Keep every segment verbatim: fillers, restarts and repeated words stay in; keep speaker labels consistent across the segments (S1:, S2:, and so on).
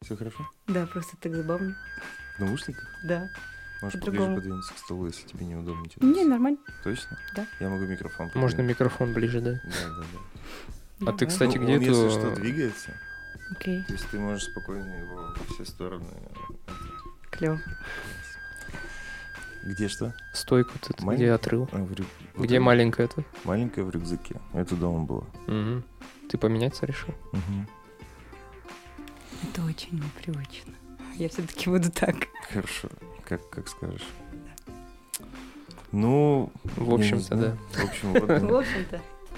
S1: Все хорошо?
S2: Да, просто так забавно.
S1: В наушниках?
S2: Да.
S1: Можешь
S2: По-другому.
S1: поближе подвинуться к столу, если тебе неудобно.
S2: Не, нормально.
S1: Точно?
S2: Да.
S1: Я могу микрофон подвинуть.
S3: Можно микрофон ближе, да?
S1: Да, да, да.
S3: А ты, кстати,
S1: Ну,
S3: где
S1: он,
S3: эту-
S1: если что, двигается.
S2: Окей,
S1: То есть ты можешь спокойно его во все стороны.
S2: клево.
S1: Где что?
S3: Стойку тут, где
S1: Маленький?
S3: отрыл.
S1: А, в рю- вот
S3: Где
S1: это.
S3: маленькая это?
S1: Маленькая в рюкзаке. Это дома было.
S3: Мгм. Ты поменяться решил?
S1: Мгм.
S2: Это очень непривычно. Я все-таки буду так.
S1: Хорошо. Как, как скажешь. Ну,
S3: В
S1: я не
S3: общем-то,
S1: знаю.
S3: да.
S1: В общем, вот,
S2: В общем-то.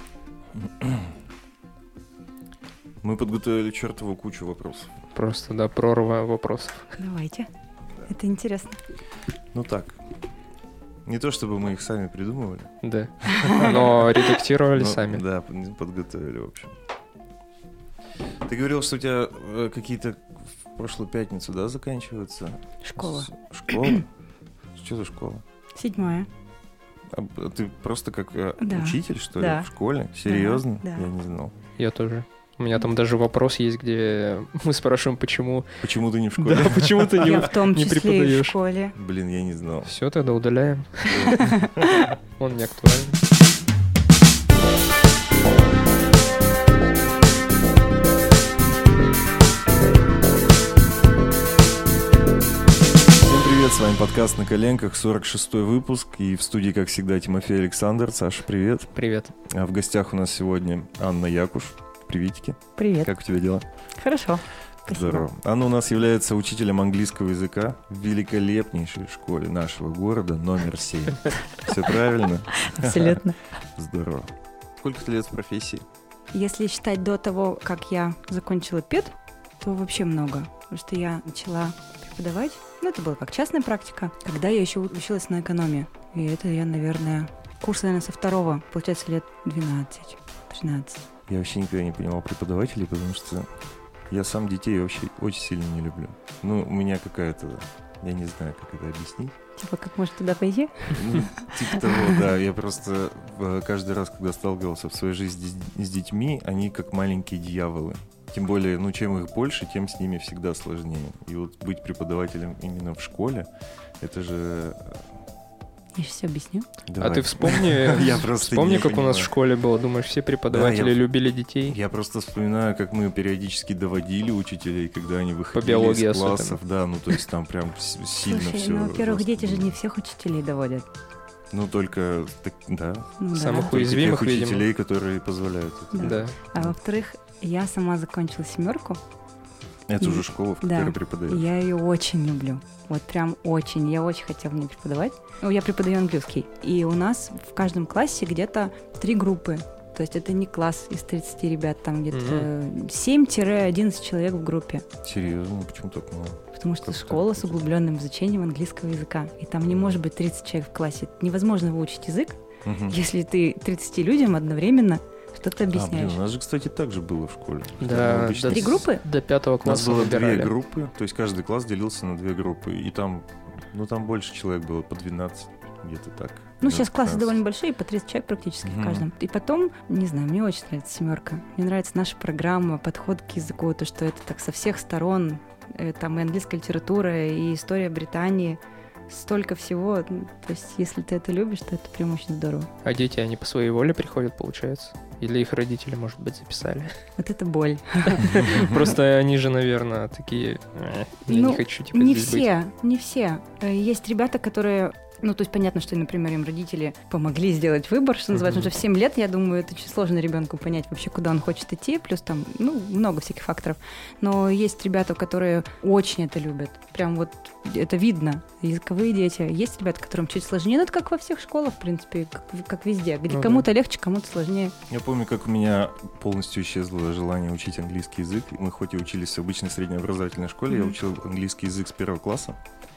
S1: мы подготовили чертову кучу вопросов.
S3: Просто, да, прорва вопросов.
S2: Давайте. Это интересно.
S1: Ну так. Не то чтобы мы их сами придумывали.
S3: Да. Но редактировали
S1: но,
S3: сами.
S1: Да, под- подготовили, в общем. Ты говорил, что у тебя э, какие-то в прошлую пятницу, да, заканчиваются?
S2: Школа.
S1: С- Школа? Что за школа?
S2: Седьмая.
S1: А б- ты просто как э,
S2: Да.
S1: учитель, что ли,
S2: Да.
S1: в школе? Серьезно?
S2: Да.
S1: Я не знал.
S3: Я тоже. У меня там даже вопрос есть, где мы спрашиваем, почему...
S1: Почему ты не в школе?
S3: Да, почему ты
S2: Я
S3: не,
S2: в том
S3: не
S2: числе и в
S3: преподаешь?
S2: школе.
S1: Блин, я не знал.
S3: Все, тогда удаляем. Он не актуален.
S1: Всем привет, с вами подкаст «На коленках», сорок шестой выпуск. И в студии, как всегда, Тимофей Александр. Саша, привет.
S3: Привет.
S1: А в гостях у нас сегодня Анна Якуш. Приветики.
S2: Привет.
S1: Как у тебя дела?
S2: Хорошо. Спасибо.
S1: Здорово. Анна у нас является учителем английского языка в великолепнейшей школе нашего города, номер семь. Все правильно?
S2: Абсолютно.
S1: Здорово. Сколько ты лет в профессии?
S2: Если считать до того, как я закончила пед, то вообще много. Потому что я начала преподавать. Ну, это была как частная практика, когда я еще училась на экономии. И это я, наверное, курс, наверное, со второго, получается, лет двенадцать-тринадцать.
S1: Я вообще никогда не понимал преподавателей, потому что я сам детей вообще очень сильно не люблю. Ну, у меня какая-то... Я не знаю, как это объяснить.
S2: Типа, как может туда пойти?
S1: Ну, типа того, да. Я просто э, каждый раз, когда сталкивался в своей жизни с, с детьми, они как маленькие дьяволы. Тем более, ну, чем их больше, тем с ними всегда сложнее. И вот быть преподавателем именно в школе, это же...
S2: Я сейчас все объясню.
S3: А
S1: Давай.
S3: ты вспомни,
S1: Я просто
S3: вспомни,
S1: не
S3: как у нас
S1: понимаю.
S3: в школе было. Думаешь, все преподаватели
S1: Да, я-
S3: любили детей?
S1: Я просто вспоминаю, как мы периодически доводили учителей, когда они выходили
S3: биологии
S1: из классов.
S3: особенно.
S1: Да, ну, то есть там прям с- сильно
S2: Слушай,
S1: все...
S2: ну, во-первых, дети же не всех учителей доводят.
S1: Ну, только, так, да,
S2: Ну, да.
S3: Самых
S1: только
S3: уязвимых,
S1: тех
S3: видимо.
S1: учителей, которые позволяют это.
S2: Да.
S3: Да.
S2: А во-вторых, я сама закончила семерку,
S1: Это
S2: И-
S1: уже школа, в
S2: да.
S1: которой
S2: и
S1: преподаешь.
S2: я ее очень люблю. Вот прям очень. Я очень хотела в ней преподавать. Ну, я преподаю английский. И у нас в каждом классе где-то три группы. То есть это не класс из тридцати ребят, там где-то семь-одиннадцать человек в группе.
S1: Серьезно, почему так мало?
S2: Потому что
S1: Как так?
S2: школа с углубленным изучением английского языка. И там не может быть тридцать человек в классе. Невозможно выучить язык,
S1: Мгм.
S2: если ты тридцати людям одновременно что-то
S1: А, блин,
S2: объясняешь.
S1: у нас же, кстати, так же было в школе.
S3: Да,
S1: Обычно
S3: да.
S2: Три группы?
S3: До пятого
S1: У нас
S3: класса
S1: было
S3: выбирали.
S1: две группы, то есть каждый класс делился на две группы, и там, ну там больше человек было, по двенадцать, где-то так.
S2: Ну, сейчас классы
S1: пятнадцать.
S2: довольно большие, по тридцать человек практически
S1: Мгм.
S2: в каждом. И потом, не знаю, мне очень нравится семерка. Мне нравится наша программа, подход к языку, то, что это так со всех сторон. Э, Там и английская литература, и история Британии. Столько всего. Ну, То есть, если ты это любишь, то это прям очень здорово.
S3: А дети, они по своей воле приходят, получается? Или их родители, может быть, записали?
S2: Вот это боль.
S3: Просто они же, наверное, такие... «Э, Я
S2: Ну,
S3: не хочу, типа,
S2: Не
S3: здесь быть».
S2: все, не все. Э, Есть ребята, которые... Ну, то есть понятно, что, например, им родители помогли сделать выбор, что называется.
S3: Мгм.
S2: Потому что в семь лет, я думаю, это очень сложно ребенку понять вообще, куда он хочет идти. Плюс там, ну, много всяких факторов. Но есть ребята, которые очень это любят. Прям вот это видно. Языковые дети. Есть ребята, которым чуть сложнее. Ну, это как во всех школах, в принципе, как, как везде. Где
S3: Ну да.
S2: кому-то легче, кому-то сложнее.
S1: Я помню, как у меня полностью исчезло желание учить английский язык. Мы хоть и учились в обычной среднеобразовательной школе, я
S2: Мгм.
S1: учил английский язык с первого класса.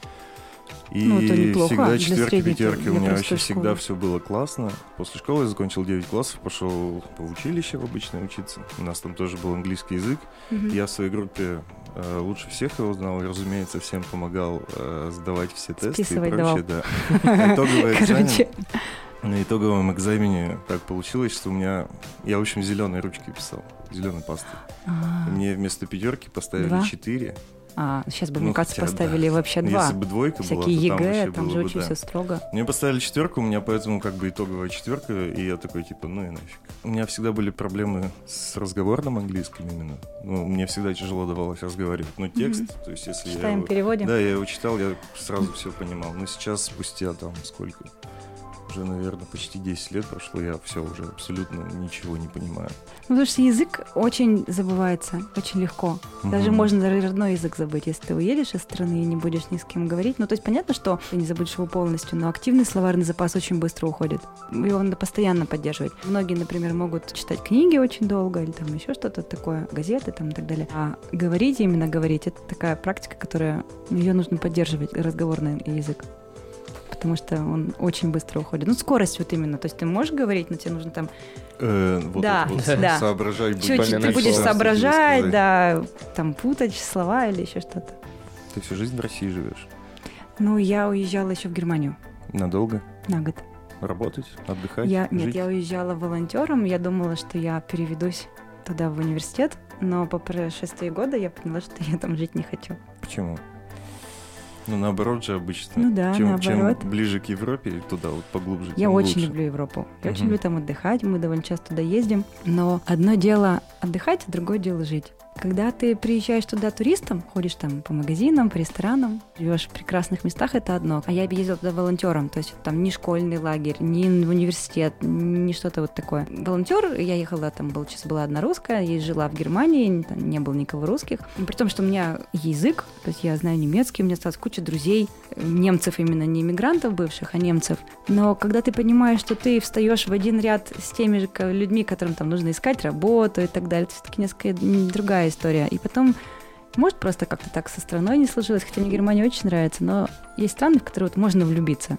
S1: И
S2: Ну, это неплохо
S1: всегда
S2: для
S1: четверки,
S2: средней,
S1: пятерки, у
S2: для
S1: меня
S2: простой
S1: вообще всегда
S2: школы.
S1: все было классно. После школы я закончил девять классов, пошел в училище в обычное учиться. У нас там тоже был английский язык.
S2: Мгм.
S1: Я в своей группе э, лучше всех его знал, и, разумеется, всем помогал э, сдавать все тесты
S2: Списывать
S1: и прочее. Да. Итоговый экзамен.
S2: Короче,
S1: На итоговом экзамене так получилось, что у меня... Я, в общем, зеленой ручкой писал, зеленой пастой.
S2: а,
S1: Мне вместо пятерки поставили
S2: Два?
S1: четыре.
S2: А сейчас бы,
S1: Ну,
S2: мне кажется,
S1: хотя,
S2: поставили
S1: да.
S2: вообще
S1: Ну,
S2: два.
S1: Если бы двойка
S2: Всякие
S1: была, то там
S2: ЕГЭ,
S1: вообще
S2: там
S1: было
S2: же
S1: бы,
S2: очень
S1: да.
S2: все строго.
S1: Мне поставили четверку, у меня поэтому как бы итоговая четверка, и я такой, типа, ну и нафиг. У меня всегда были проблемы с разговорным английским именно. Ну, мне всегда тяжело давалось разговаривать. Но текст,
S2: Мгм.
S1: то есть если я
S2: Читаем,
S1: его...
S2: переводим.
S1: Да, я его читал, я сразу все понимал. Но сейчас, спустя там сколько... Уже, наверное, почти десять лет прошло, я все уже абсолютно ничего не понимаю.
S2: Ну, потому что язык очень забывается, очень легко. Даже
S1: Мгм.
S2: можно даже родной язык забыть, если ты уедешь из страны и не будешь ни с кем говорить. Ну, то есть понятно, что ты не забудешь его полностью, но активный словарный запас очень быстро уходит. Его надо постоянно поддерживать. Многие, например, могут читать книги очень долго или там еще что-то такое, газеты там и так далее. А говорить, именно говорить, это такая практика, которая, ее нужно поддерживать, разговорный язык. Потому что он очень быстро уходит. Ну, скорость вот именно. То есть ты можешь говорить, но тебе нужно там
S1: Э, вот
S2: Да,
S1: это вот
S2: да.
S1: соображать. быть,
S2: чуть-чуть, ты
S3: поминать
S2: будешь
S3: слова,
S2: соображать,
S1: сказать.
S2: да, там путать слова или еще что-то.
S1: Ты всю жизнь в России живешь?
S2: Ну, я уезжала еще в Германию
S1: Надолго?
S2: на год.
S1: Работать? Отдыхать?
S2: Я, нет,
S1: жить?
S2: я уезжала волонтером. Я думала, что я переведусь туда в университет, но по прошествии года я поняла, что я там жить не хочу.
S1: Почему? Ну, наоборот же обычно.
S2: Ну да,
S1: чем,
S2: наоборот.
S1: чем ближе к Европе, туда вот поглубже,
S2: Я
S1: тем
S2: очень
S1: лучше.
S2: люблю Европу. Я очень
S1: Мгм.
S2: люблю там отдыхать. Мы довольно часто туда ездим. Но одно дело отдыхать, а другое дело жить. Когда ты приезжаешь туда туристом, ходишь там по магазинам, по ресторанам, живешь в прекрасных местах, это одно. А я ездила туда волонтером, то есть там ни школьный лагерь, ни университет, ни что-то вот такое. Волонтер, я ехала, там был, сейчас была одна русская, я жила в Германии, там не было никого русских. И при том, что у меня язык, то есть я знаю немецкий, у меня осталась куча друзей, немцев именно, не иммигрантов бывших, а немцев. Но когда ты понимаешь, что ты встаешь в один ряд с теми же ка- людьми, которым там нужно искать работу и так далее, это все-таки несколько другая история. И потом, может, просто как-то так со страной не сложилось, хотя мне Германия очень нравится, но есть страны, в которые вот можно влюбиться.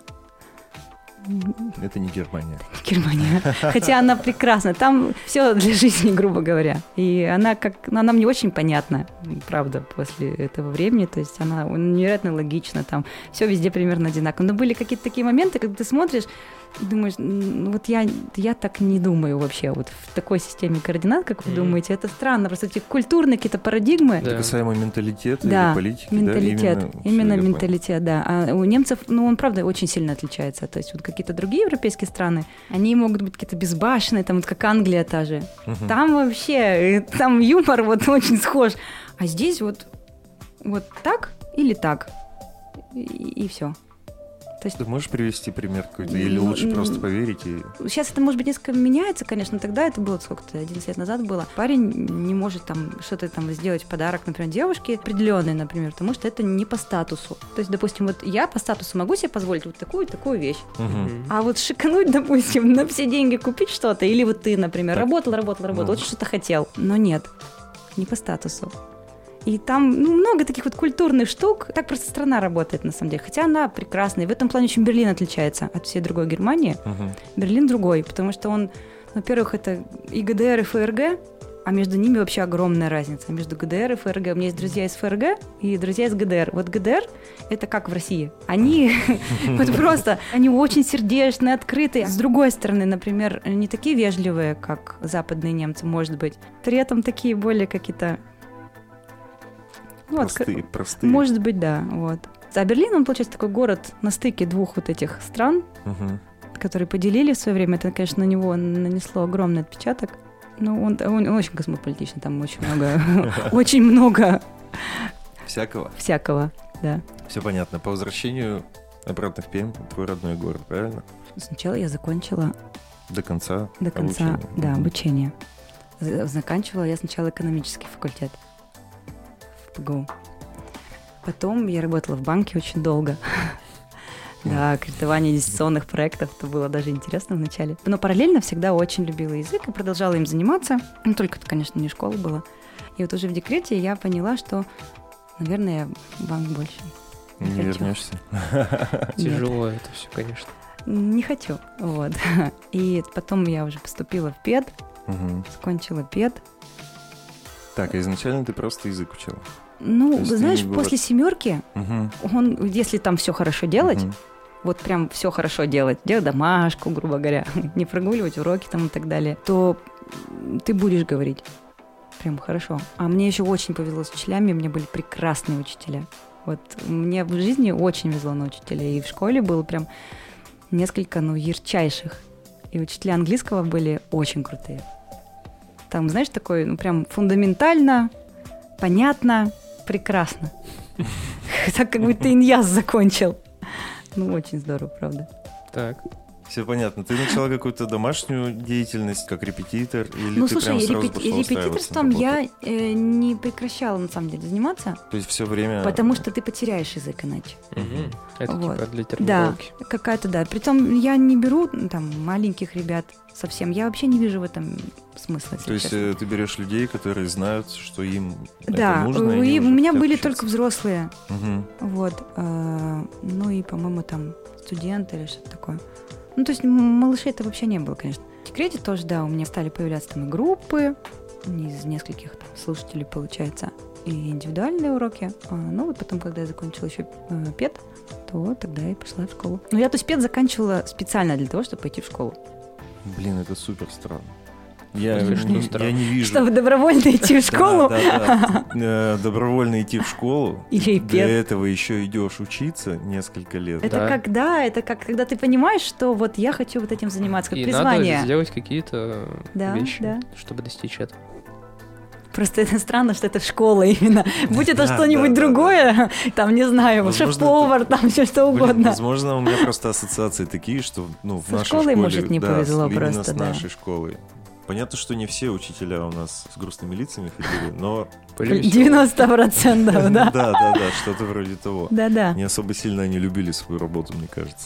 S1: Это не Германия.
S2: Германия. Хотя она прекрасна. Там все для жизни, грубо говоря. И она как, ну, она мне очень понятна, правда, после этого времени. То есть она невероятно логична. Там все везде примерно одинаково. Но были какие-то такие моменты, когда ты смотришь, думаешь, ну вот я, я так не думаю вообще. Вот в такой системе координат, как вы
S3: Мгм.
S2: думаете, это странно. Просто эти культурные какие-то парадигмы.
S3: Да.
S1: Это касаемо менталитета
S2: Да,
S1: или политики,
S2: менталитет.
S1: да? Именно,
S2: Именно
S1: всё, я
S2: менталитет, да. А у немцев, ну, он, правда, очень сильно отличается. То есть вот какие-то другие европейские страны, они могут быть какие-то безбашенные, там вот как Англия та же.
S1: понял. Мгм.
S2: Там вообще, э, там юмор вот очень схож. А здесь вот, вот так или так. И, все. То есть
S1: Ты можешь привести пример какой-то? Или
S2: Ну,
S1: лучше
S2: м,
S1: просто поверить и...
S2: сейчас это, может быть, несколько меняется, конечно. Тогда это было сколько-то, одиннадцать лет назад было. Парень не может там что-то там сделать в подарок, например, девушке определенной, например, потому что это не по статусу. То есть, допустим, вот я по статусу могу себе позволить вот такую такую вещь.
S1: Мгм.
S3: Мгм.
S2: А вот шикануть, допустим, на все деньги купить что-то, или вот ты, например,
S1: Так.
S2: работал, работал, работал,
S1: Ну.
S2: очень что-то хотел, но нет, не по статусу. И там ну, много таких вот культурных штук. Так просто страна работает, на самом деле. Хотя она прекрасная. И в этом плане очень Берлин отличается от всей другой Германии.
S1: Мгм.
S2: Берлин другой, потому что он, во-первых, это и ГДР, и ФРГ, а между ними вообще огромная разница. Между ГДР и ФРГ. У меня есть друзья из ФРГ и друзья из ГДР. Вот ГДР — это как в России. Они вот просто, они очень сердечные, открытые. С другой стороны, например, не такие вежливые, как западные немцы, может быть. При этом такие более какие-то... Ну, вот,
S1: Простые, простые.
S2: может быть, да, вот. А Берлин, он, получается, такой город на стыке двух вот этих стран,
S1: Мгм.
S2: которые поделили в свое время. Это, конечно, на него нанесло огромный отпечаток. Но он, он, он очень космополитичный, там очень много, очень много
S1: Всякого.
S2: всякого, да.
S1: Все понятно. По возвращению обратно в Пермь, твой родной город, правильно?
S2: Сначала я закончила
S1: До конца
S2: до конца,
S1: обучения.
S2: да,
S1: Мгм.
S2: обучение. За- Заканчивала я сначала экономический факультет в ПГУ. Потом я работала в банке очень долго. Да, кредитование инвестиционных проектов, это было даже интересно вначале. Но параллельно всегда очень любила язык и продолжала им заниматься. Ну, только это, конечно, не школа была. И вот уже в декрете я поняла, что, наверное, я в банк больше
S1: Не
S2: хочу.
S1: вернешься.
S2: Нет.
S3: Тяжело это все, конечно.
S2: Не хочу, вот. И потом я уже поступила в пед,
S1: Мгм.
S2: закончила пед.
S1: Так, а изначально ты просто язык учила?
S2: Ну,
S1: То есть ты
S2: знаешь,
S1: не была-
S2: после семерки,
S1: Мгм.
S2: он, если там все хорошо делать,
S1: Мгм.
S2: вот прям все хорошо делать, делать домашку, грубо говоря, не прогуливать уроки там и так далее, то ты будешь говорить. Прям хорошо. А мне еще очень повезло с учителями, у меня были прекрасные учителя. Вот мне в жизни очень везло на учителей. И в школе было прям несколько, ну, ярчайших. И учителя английского были очень крутые. Там, знаешь, такой, ну, прям фундаментально, понятно, прекрасно. Так, как будто иньяз закончил. Ну, очень здорово, правда.
S3: Так.
S1: Все понятно. Ты начала какую-то домашнюю деятельность, как репетитор, или
S2: Ну,
S1: ты
S2: слушай,
S1: прям сразу
S2: репет-
S1: пошла
S2: репетиторством
S1: устраиваться на
S2: я
S1: работу?
S2: э, не прекращала, на самом деле, заниматься,
S1: То есть все время...
S2: потому что ты потеряешь язык иначе.
S3: Мгм. Это
S2: Вот.
S3: типа для
S2: Да,
S3: тренировки.
S2: какая-то, да. Притом я не беру ну, там маленьких ребят совсем. Я вообще не вижу в этом смысла. если
S1: То есть
S2: честно.
S1: э, ты берешь людей, которые знают, что им
S2: Да,
S1: это нужно,
S2: и
S1: они
S2: у
S1: уже
S2: меня
S1: хотят
S2: были
S1: учиться.
S2: только взрослые.
S1: Мгм.
S2: Вот. э, Ну и, по-моему, там студенты или что-то такое. Ну, то есть м- малышей это вообще не было, конечно. В декрете тоже, да, у меня стали появляться там и группы, из нескольких там, слушателей, получается, и индивидуальные уроки. А, ну, вот потом, когда я закончила еще э, пед, то тогда я пошла в школу. Ну, я, то есть, пед заканчивала специально для того, чтобы пойти в школу.
S1: Блин, это супер странно. Я,
S3: Просто что
S1: не,
S3: странно?
S1: я не вижу.
S2: Чтобы добровольно идти в школу.
S1: Да, да, да. Э, Добровольно идти в школу.
S2: Или
S1: Для
S2: пед.
S1: этого еще идешь учиться несколько лет.
S2: Это
S3: Да.
S2: когда, это как, когда ты понимаешь, что вот я хочу вот этим заниматься, как
S3: И
S2: призвание.
S3: надо сделать какие-то
S2: Да,
S3: вещи,
S2: да.
S3: чтобы достичь этого.
S2: Просто это странно, что это школа именно. Будь это
S1: Да,
S2: что-нибудь
S1: да, да,
S2: другое, там, не знаю,
S1: Возможно,
S2: шеф-повар, там все что
S1: Блин,
S2: угодно.
S1: возможно, у меня просто ассоциации такие, что ну, в
S2: Со
S1: нашей
S2: школой,
S1: школе,
S2: может, не
S1: да,
S2: повезло
S1: именно
S2: просто,
S1: с
S2: да.
S1: нашей школой. Понятно, что не все учителя у нас с грустными лицами ходили, но...
S3: Были веселые.
S2: девяносто процентов,
S1: Да,
S2: да.
S1: да, да, что-то вроде того.
S2: Да-да.
S1: Не особо сильно они любили свою работу, мне кажется.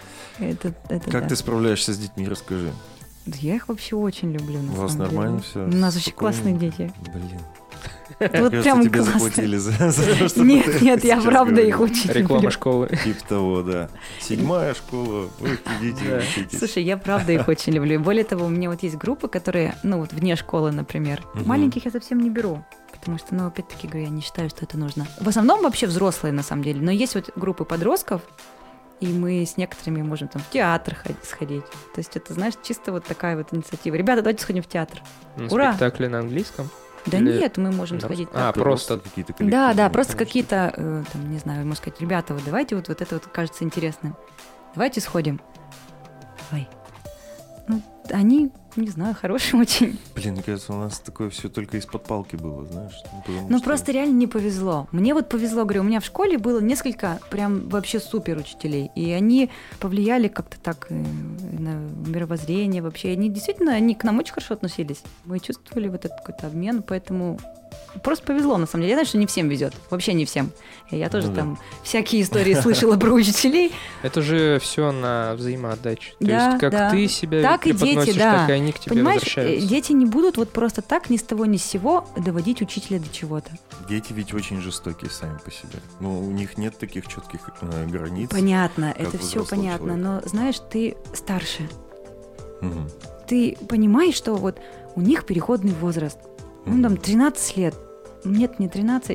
S2: Это, это
S1: Как
S2: да.
S1: ты справляешься с детьми, расскажи.
S2: Да я их вообще очень люблю, на
S1: У вас
S2: самом
S1: нормально
S2: деле.
S1: все?
S2: У нас очень классные дети.
S1: Блин.
S2: Вот
S1: Кажется,
S2: прям
S1: тебе
S2: классные.
S1: заплатили за, за то, что
S2: Нет,
S1: ты
S2: нет, я
S1: сейчас
S2: правда их
S1: говорила.
S2: очень
S3: Реклама
S2: люблю.
S3: школы.
S1: Типа того, да. Седьмая школа, вы идите,
S3: Да.
S1: учитесь.
S2: Слушай, я правда их очень люблю. И более того, у меня вот есть группы, которые, ну вот вне школы, например.
S1: Мгм.
S2: Маленьких я совсем не беру. Потому что, ну, опять-таки говорю, я не считаю, что это нужно. В основном вообще взрослые, на самом деле. Но есть вот группы подростков, и мы с некоторыми можем там в театр ходить, сходить. То есть это, знаешь, чисто вот такая вот инициатива. Ребята, давайте сходим в театр.
S3: На
S2: Ура!
S3: спектакле на английском.
S2: Да
S3: Или-
S2: нет, мы можем
S3: на
S2: сходить.
S3: русском? А,
S2: так.
S3: просто-
S1: какие-то
S2: Да,
S1: коллективные,
S2: да, просто
S1: конечно.
S2: какие-то, э, там, не знаю, можно сказать, ребята, вот давайте вот, вот это вот кажется интересным. Давайте сходим. Давай. Ну, они, не знаю, хорошие очень.
S1: Блин, мне кажется, у нас такое все только из-под палки было, знаешь. Ну, потому
S2: Ну,
S1: что-
S2: просто реально не повезло. Мне вот повезло, говорю, у меня в школе было несколько прям вообще супер учителей, и они повлияли как-то так э, на мировоззрение вообще. Они действительно, они к нам очень хорошо относились. Мы чувствовали вот этот какой-то обмен, поэтому просто повезло, на самом деле. Я знаю, что не всем везет, вообще не всем. И я тоже
S1: Ну да.
S2: там всякие истории слышала про учителей.
S3: Это же все на взаимоотдаче. То
S2: Да,
S3: есть, как
S2: да.
S3: ты себя
S2: Так и дети,
S3: преподносишь,
S2: да.
S3: так и они к тебе
S2: Понимаешь, э,
S3: возвращаются.
S2: дети не будут вот просто так ни с того ни с сего доводить учителя до чего-то.
S1: Дети ведь очень жестокие сами по себе. Ну, у них нет таких четких э, границ.
S2: Понятно,
S1: как
S2: это
S1: у
S2: все
S1: взрослого
S2: понятно,
S1: человека.
S2: но знаешь, ты старше.
S1: Мгм.
S2: Ты понимаешь, что вот у них переходный возраст. Ну, там, тринадцать лет. Нет, не тринадцать.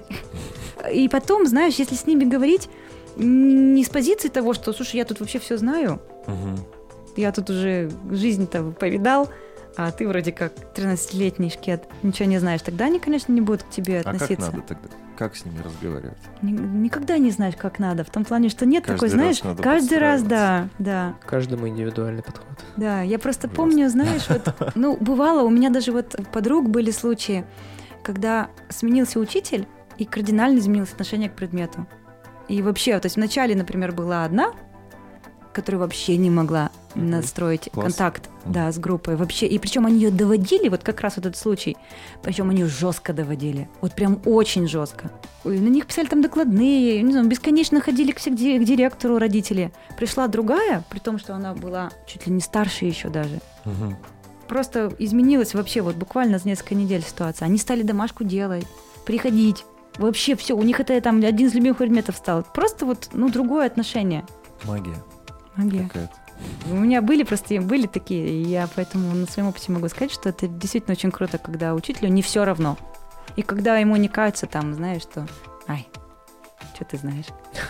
S2: И потом, знаешь, если с ними говорить не с позиции того, что, слушай, я тут вообще все знаю,
S1: Мгм.
S2: я тут уже жизнь-то повидал, а ты вроде как тринадцатилетний шкет, ничего не знаешь, тогда они, конечно, не будут к тебе
S1: А как
S2: относиться.
S1: надо тогда? Как с ними разговаривать?
S2: Ни- Никогда не знаешь, как надо. В том плане, что нет
S1: Каждый
S2: такой,
S1: раз
S2: знаешь,
S1: надо
S2: каждый раз, да,
S1: подстраиваться.
S2: да.
S3: Каждому индивидуальный подход.
S2: Да, я просто
S1: Ужасно.
S2: помню, знаешь, вот, ну, бывало, у меня даже вот у подруг были случаи, когда сменился учитель, и кардинально изменилось отношение к предмету. И вообще, то есть вначале, например, была одна, которая вообще не могла
S1: Мгм.
S2: настроить
S1: Класс.
S2: контакт,
S1: Мгм.
S2: да, с группой. Вообще, и причем они ее доводили, вот как раз вот этот случай, причем они ее жестко доводили, вот прям очень жестко. Ой, на них писали там докладные, не знаю, бесконечно ходили к, всег- к директору родители. Пришла другая, при том, что она была чуть ли не старше еще даже.
S1: Мгм.
S2: Просто изменилась вообще вот буквально за несколько недель ситуация. Они стали домашку делать, приходить. Вообще все, у них это там один из любимых предметов стал. Просто вот, ну, другое отношение.
S1: Магия
S2: Магия.
S1: какая-то.
S2: У меня были просто были такие, и я поэтому на своем опыте могу сказать, что это действительно очень круто, когда учителю не все равно. И когда ему не кажется там, знаешь, что, ай, что ты знаешь.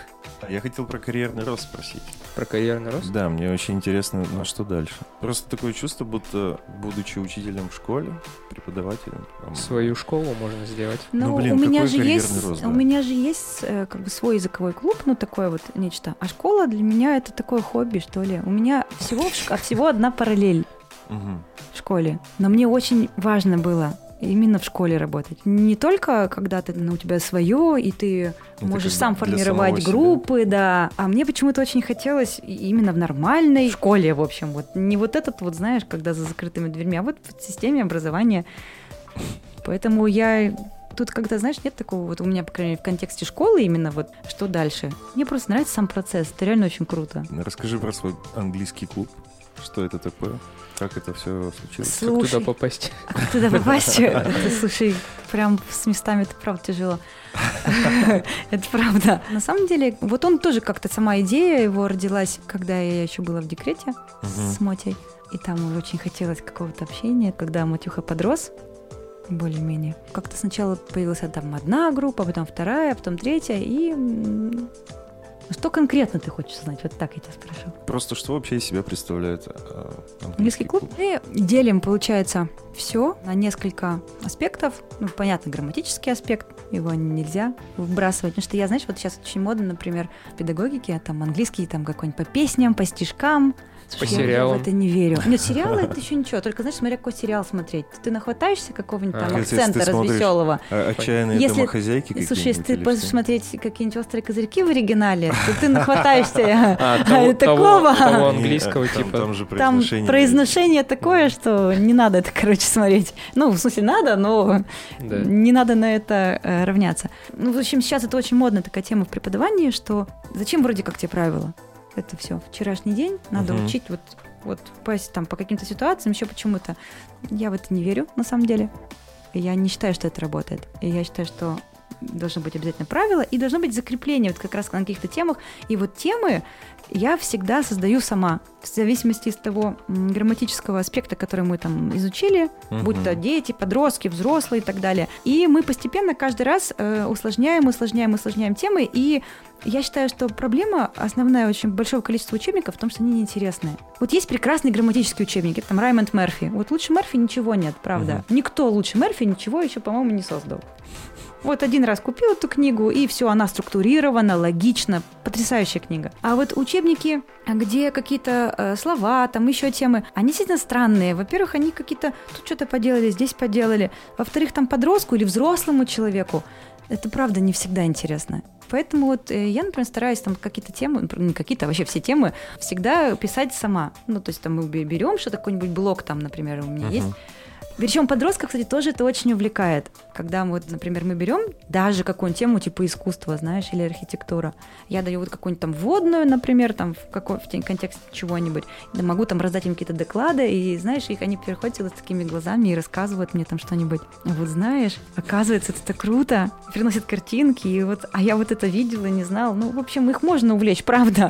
S1: Я хотел про карьерный рост спросить.
S3: Про карьерный рост?
S1: Да, мне очень интересно, а что дальше? Просто такое чувство, будто, будучи учителем в школе, преподавателем... Там...
S3: Свою школу можно сделать.
S2: Ну,
S1: ну блин,
S2: у меня
S1: какой
S2: же
S1: карьерный
S2: есть,
S1: рост, да?
S2: у меня же есть э, как бы свой языковой клуб, ну такое вот нечто. А школа для меня это такое хобби, что ли. У меня всего, в ш- всего одна параллель
S1: Мгм.
S2: в школе. Но мне очень важно было именно в школе работать. Не только когда ты, ну, у тебя свое, и ты
S1: Это
S2: можешь
S1: как
S2: сам
S1: бы для
S2: формировать
S1: самого себя.
S2: группы, да. А мне почему-то очень хотелось и- именно в нормальной школе, в общем. Вот не вот этот вот, знаешь, когда за закрытыми дверьми, а вот в системе образования. Поэтому я... Тут, когда, знаешь, нет такого вот у меня, по крайней мере, в контексте школы именно вот, что дальше. Мне просто нравится сам процесс. Это реально очень круто.
S1: Расскажи про свой английский клуб. Что это такое? Как это все случилось?
S3: Как
S2: Слушай,
S3: туда попасть?
S2: а как туда попасть? Это, слушай, прям с местами это правда тяжело. Это правда. На самом деле, вот он тоже как-то, сама идея его родилась, когда я еще была в декрете с Мотей. И там очень хотелось какого-то общения, когда Матюха подрос, более-менее. Как-то сначала появилась там одна группа, потом вторая, потом третья, и... м, что конкретно ты хочешь знать? Вот так я тебя спрошу.
S1: Просто что вообще из себя представляет э,
S2: Английский клуб. И делим, получается, все на несколько аспектов. Ну, понятно, грамматический аспект, его нельзя выбрасывать. Потому что я, знаешь, вот сейчас очень модно, например, в педагогике, там английский там какой-нибудь по песням, по стишкам. Слушай, я-
S3: сериалам.
S2: Я в это не верю. Нет, сериалы это еще ничего. Только, знаешь, смотря какой сериал смотреть. Ты нахватаешься какого-нибудь там
S3: А.
S1: Если
S2: акцента
S1: ты смотришь
S2: развеселого.
S1: А, отчаянные
S2: Если-
S1: домохозяйки
S2: Слушай, если
S1: какие-нибудь
S2: ты
S1: или
S2: будешь
S1: что?
S2: смотреть какие-нибудь острые козырьки в оригинале, то ты нахватаешься
S3: А, того,
S2: такого.
S3: того, того
S1: Не,
S3: английского
S1: а, там-
S3: типа.
S1: Там же
S2: Там
S1: произношение.
S2: произношение такое, что не надо это, короче, смотреть. Ну, в смысле, надо, но
S3: Да.
S2: не надо на это э, равняться. Ну, в общем, сейчас это очень модная такая тема в преподавании, что зачем вроде как те правила? Это все вчерашний день, надо
S1: Мгм.
S2: учить вот, вот по, там, по каким-то ситуациям, еще почему-то. Я в это не верю, на самом деле. И я не считаю, что это работает. И я считаю, что должно быть обязательно правило, и должно быть закрепление вот как раз на каких-то темах. И вот темы я всегда создаю сама, в зависимости от того м, грамматического аспекта, который мы там изучили,
S1: Мгм.
S2: будь то дети, подростки, взрослые и так далее. И мы постепенно каждый раз э, усложняем, усложняем, усложняем темы. И я считаю, что проблема основная очень большого количества учебников в том, что они неинтересные. Вот есть прекрасные грамматические учебники, там Раймонд Мерфи. Вот лучше Мерфи ничего нет, правда. Никто лучше Мерфи ничего еще, по-моему, не создал. Вот один раз купил эту книгу, и все, она структурирована, логична, потрясающая книга. А вот учебники, где какие-то э, слова, там еще темы, они действительно странные. Во-первых, они какие-то тут что-то поделали, здесь поделали. Во-вторых, там подростку или взрослому человеку это правда не всегда интересно. Поэтому вот э, я, например, стараюсь там какие-то темы, например, не какие-то, а вообще все темы всегда писать сама. Ну, то есть там мы берем что-то, какой-нибудь блок там, например, у меня
S1: Мгм.
S2: есть. Причем подростков, кстати, тоже это очень увлекает. Когда мы, вот, например, мы берем даже какую-нибудь тему типа искусства, знаешь, или архитектура. Я даю вот какую-нибудь там вводную, например, там в, какой, в контексте чего-нибудь. Да, могу там раздать им какие-то доклады, и, знаешь, их они переходят с такими глазами и рассказывают мне там что-нибудь. Вот знаешь, оказывается, это так круто. Приносят картинки, и вот, а я вот это видела, не знала. Ну, в общем, их можно увлечь, правда.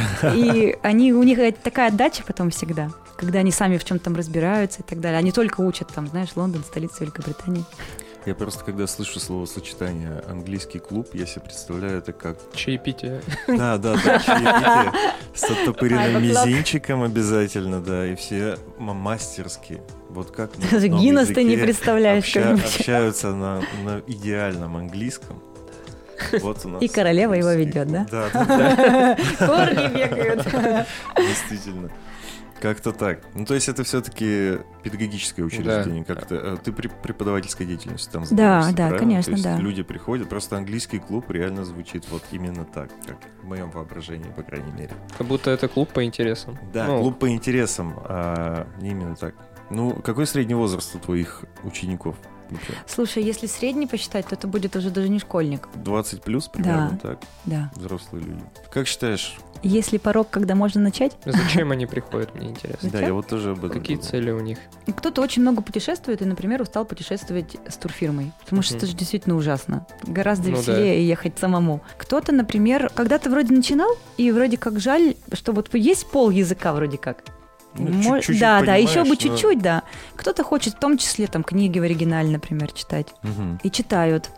S2: И они, у них такая отдача потом всегда, когда они сами в чем там разбираются и так далее. Они только учат там, знаешь, Лондон, столица Великобритании.
S1: Я просто, когда слышу словосочетание «английский клуб», я себе представляю это как...
S3: Чаепитие.
S1: Да, да, да, чаепитие с
S2: Five
S1: оттопыренным
S2: o'clock.
S1: мизинчиком обязательно, да, и все м- мастерски. Вот как на
S2: Даже
S1: одном
S2: Гиннес ты не
S1: языке
S2: представляешь,
S1: обща-
S2: как-нибудь.
S1: общаются на, на идеальном английском. Вот у нас
S2: И королева его
S1: английский
S2: ведет, да?
S1: клуб. Да, да,
S2: Корги бегают.
S1: да, действительно. Как-то так. Ну, то есть это все-таки педагогическое учреждение.
S3: Да.
S1: Как-то э, ты при- преподавательской деятельностью там
S2: Да,
S1: занимаешься,
S2: да,
S1: правильно?
S2: конечно,
S1: То есть
S2: да.
S1: люди приходят, просто английский клуб реально звучит вот именно так, как в моем воображении, по крайней мере.
S3: Как будто это клуб по интересам.
S1: Да,
S3: Ну,
S1: клуб по интересам, а не именно так. Ну, какой средний возраст у твоих учеников?
S2: Слушай, если средний посчитать, то это будет уже даже не школьник.
S1: двадцать плюс примерно,
S2: Да.
S1: так?
S2: Да.
S1: Взрослые люди. Как считаешь?
S2: Есть ли порог, когда можно начать?
S3: Зачем они приходят, мне интересно.
S1: Да, я вот тоже об этом
S3: Какие
S1: думал.
S3: цели у них?
S2: И кто-то очень много путешествует и, например, устал путешествовать с турфирмой. Потому что
S3: Мгм.
S2: это же действительно ужасно. Гораздо
S3: Ну
S2: веселее ехать самому. Кто-то, например, когда-то вроде начинал, и вроде как жаль, что вот есть пол языка вроде как.
S1: Ну,
S2: Мо-
S1: чуть-чуть
S2: да, да,
S1: понимаешь,
S2: еще бы
S1: но-
S2: чуть-чуть, да. Кто-то хочет в том числе там книги в оригинале, например, читать.
S1: Мгм.
S2: И читают.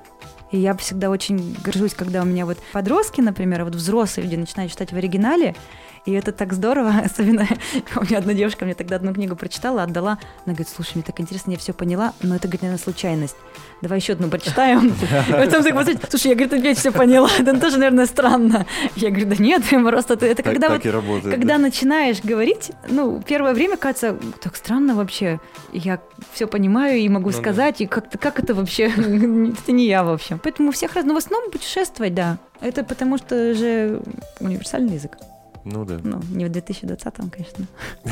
S2: И я всегда очень горжусь, когда у меня вот подростки, например, а вот взрослые люди начинают читать в оригинале, и это так здорово, особенно у меня одна девушка мне тогда одну книгу прочитала, отдала, она говорит, слушай, мне так интересно, я все поняла, но это, говорит, наверное, случайность. Давай еще одну прочитаем. Потом так посмотрите, слушай, я, говорит, опять все поняла, это тоже, наверное, странно. Я говорю, да нет, просто это когда вот, когда начинаешь говорить, ну, первое время кажется, так странно вообще, я все понимаю и могу сказать, и как как это вообще, это не я вообще. Поэтому у всех раз, ну, в основном путешествовать, да, это потому что же универсальный язык.
S1: Ну да.
S2: Ну, не в две тысячи двадцатом, конечно.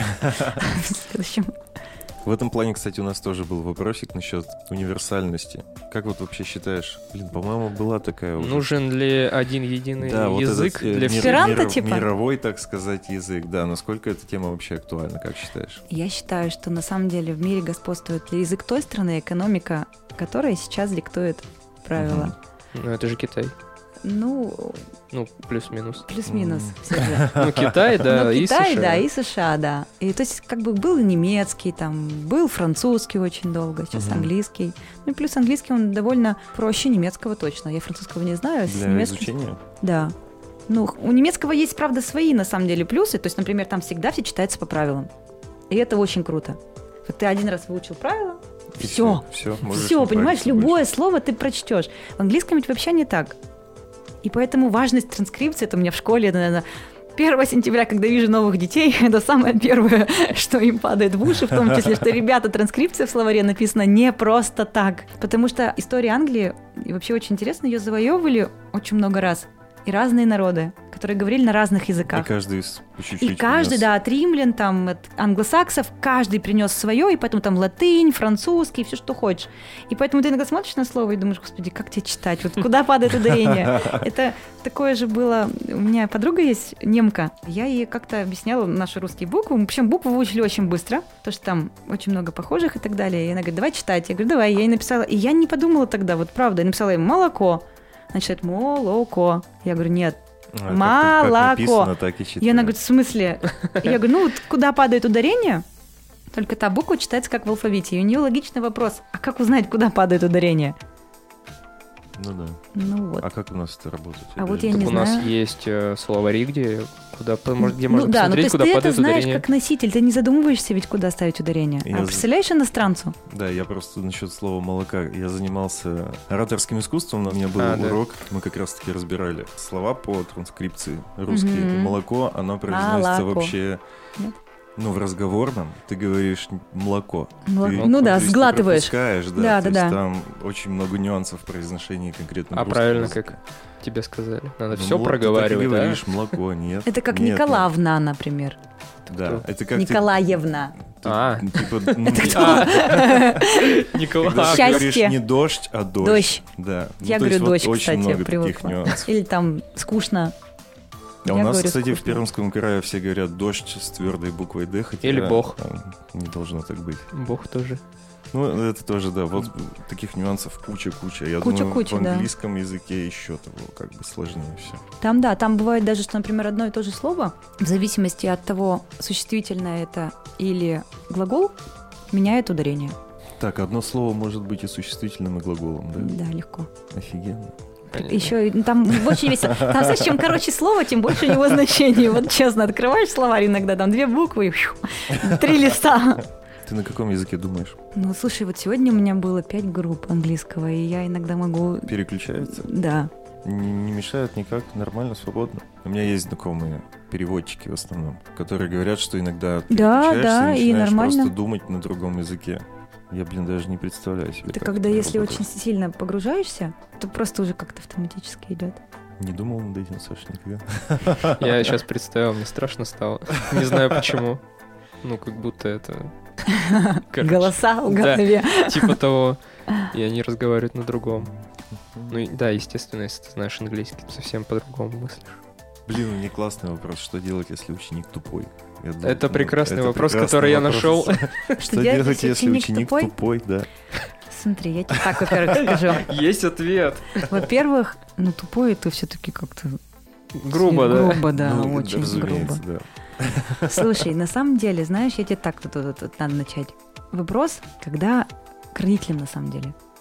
S2: В следующем.
S1: В этом плане, кстати, у нас тоже был вопросик насчет универсальности. Как вот вообще считаешь? Блин, по-моему, была такая уже...
S3: Нужен ли один единый
S1: да,
S3: язык
S1: вот этот,
S3: для
S1: мир,
S3: всех?
S1: мир,
S2: типа?
S1: Мировой, так сказать, язык. Да, насколько эта тема вообще актуальна, как считаешь?
S2: Я считаю, что на самом деле в мире господствует язык той страны, экономика которой сейчас диктует правила.
S3: Угу. Ну, это же Китай.
S2: Ну,
S3: ну плюс-минус.
S2: Плюс-минус.
S3: Mm. Ну, Китай, да,
S2: ну,
S3: и
S2: Китай,
S3: США.
S2: да, и США, да. И то есть как бы был немецкий, там, был французский очень долго, сейчас uh-huh. английский. Ну и плюс английский, он довольно проще немецкого точно. Я французского не знаю.
S1: Для
S2: немецким...
S1: изучения?
S2: Да. Ну, у немецкого есть, правда, свои, на самом деле, плюсы. То есть, например, там всегда все читается по правилам. И это очень круто. Вот ты один раз выучил правила,
S1: и
S2: все,
S1: все,
S2: все, понимаешь, любое больше. Слово ты прочтешь. В английском ведь вообще не так. И поэтому важность транскрипции, это у меня в школе, наверное, первого сентября, когда вижу новых детей, это самое первое, что им падает в уши, в том числе, что, ребята, транскрипция в словаре написана не просто так. Потому что история Англии, и вообще очень интересно, ее завоевывали очень много раз. И разные народы, которые говорили на разных языках.
S1: И каждый по чуть-чуть
S2: И каждый,
S1: принес.
S2: да, от римлян, там, от англосаксов, каждый принес свое, и поэтому там латынь, французский, все, что хочешь. И поэтому ты иногда смотришь на слово и думаешь, господи, как тебе читать? Вот куда падает ударение? Это такое же было... У меня подруга есть, немка. Я ей как-то объясняла наши русские буквы. Причем буквы выучили очень быстро, потому что там очень много похожих и так далее. И она говорит, давай читать. Я говорю, давай. Я ей написала. И я не подумала тогда, вот правда. Я написала ей молоко. Значит, молоко. Я говорю, нет,
S1: а,
S2: молоко.
S1: Как, как написано, так и читаю.
S2: И она говорит, в смысле? Я говорю, ну вот куда падает ударение, только та буква читается как в алфавите. И у нее логичный вопрос, а как узнать, куда падает ударение?
S1: Ну да.
S2: Ну вот.
S1: А как у нас это работает?
S2: А вот
S1: даже
S2: я не
S3: у
S2: знаю.
S3: нас есть э, словари, где, куда, может, где
S2: ну,
S3: можно
S2: да,
S3: посмотреть,
S2: ну, то есть
S3: куда
S2: ты
S3: падает
S2: это знаешь
S3: ударение.
S2: как носитель, ты не задумываешься ведь, куда ставить ударение.
S1: Я
S2: А представляешь иностранцу?
S1: Да, я просто насчет слова молока. Я занимался ораторским искусством, у меня был
S3: А, да.
S1: урок, мы как раз-таки разбирали слова по транскрипции русские.
S2: Мгм.
S1: Молоко, оно произносится
S2: Молоко.
S1: вообще...
S2: Нет?
S1: Ну, в разговорном ты говоришь молоко.
S2: Молоко.
S1: Ты,
S2: Ну да,
S1: то есть
S2: сглатываешь.
S1: Ты пропускаешь, да.
S2: Да,
S1: то
S2: да,
S1: есть
S2: да.
S1: там очень много нюансов в произношении конкретно
S3: А
S1: русского
S3: правильно,
S1: языка.
S3: как тебе сказали. Надо
S1: Ну,
S3: все
S1: мол-
S3: проговаривать,
S1: Ты так и
S3: да?
S1: говоришь, молоко, нет.
S2: Это как
S1: нет,
S2: Николаевна, например.
S1: нет. Да,
S3: Кто?
S1: это как ты-
S2: Николаевна.
S1: ты,
S3: А.
S1: типа, ну,
S3: А,
S1: когда
S3: Николай.
S1: ты
S2: Счастье.
S1: говоришь не дождь, а дождь.
S2: Дождь.
S1: Да. Ну,
S2: Я
S1: то
S2: говорю
S1: есть вот
S2: дождь,
S1: очень
S2: кстати,
S1: много таких
S2: привыкла.
S1: нюансов.
S2: Или там скучно.
S1: А у
S2: Я
S1: нас,
S2: говорю,
S1: кстати, в
S2: скучно.
S1: Пермском крае все говорят дождь с твердой буквой Д, хотя
S3: Или бог.
S1: а, не должно так быть.
S3: Бог тоже.
S1: Ну, это тоже, да, вот таких нюансов куча-куча. Я думаю,
S2: Куча-куча,
S1: в
S2: да.
S1: английском языке еще того как бы сложнее все.
S2: Там, да, там бывает даже, что, например, одно и то же слово, в зависимости от того, существительное это или глагол, меняет ударение.
S1: Так, одно слово может быть и существительным, и глаголом, да?
S2: Да, легко.
S1: Офигенно.
S3: Понятно.
S2: Еще и- там очень весело. Там, знаешь, чем короче слово, тем больше у него значение. Вот честно, открываешь словарь иногда, там две буквы, и фью, три листа.
S1: Ты на каком языке думаешь?
S2: Ну, слушай, вот сегодня у меня было пять групп английского, и я иногда могу...
S1: Переключаются?
S2: Да.
S1: Не, не мешают никак, нормально, свободно. У меня есть знакомые переводчики в основном, которые говорят, что иногда ты
S2: Да,
S1: переключаешься
S2: да, и
S1: начинаешь
S2: нормально.
S1: просто думать на другом языке. Я, блин, даже не представляю себе.
S2: Ты
S1: как
S2: когда,
S1: это
S2: если
S1: работает.
S2: очень сильно погружаешься, то просто уже как-то автоматически идет.
S1: Не думал над этим, Саша, никогда.
S3: Я сейчас представил, мне страшно стало. Не знаю почему. Ну, как будто это... Короче,
S2: Голоса в
S3: да.
S2: голове.
S3: Типа того, и они разговаривают на другом. Ну и да, естественно, если ты знаешь английский, ты совсем по-другому мыслишь.
S1: Блин, у меня классный вопрос. Что делать, если ученик тупой? Я думаю,
S3: Это
S1: ну,
S3: прекрасный
S1: это
S3: вопрос,
S1: прекрасный
S3: который я
S1: вопрос.
S3: нашел.
S1: Что
S2: делать,
S1: делать,
S2: если
S1: если
S2: ученик
S1: ученик
S2: тупой?
S1: тупой, да?
S2: Смотри, я тебе так, во-первых, скажу.
S3: Есть ответ.
S2: Во-первых, ну тупой это все-таки как-то...
S3: Грубо, да?
S2: Грубо, да,
S1: Ну,
S2: очень грубо.
S1: разумеется, да.
S2: Слушай, на самом деле, знаешь, я тебе так тут, тут, тут надо начать. Вопрос, когда к родителям на самом деле.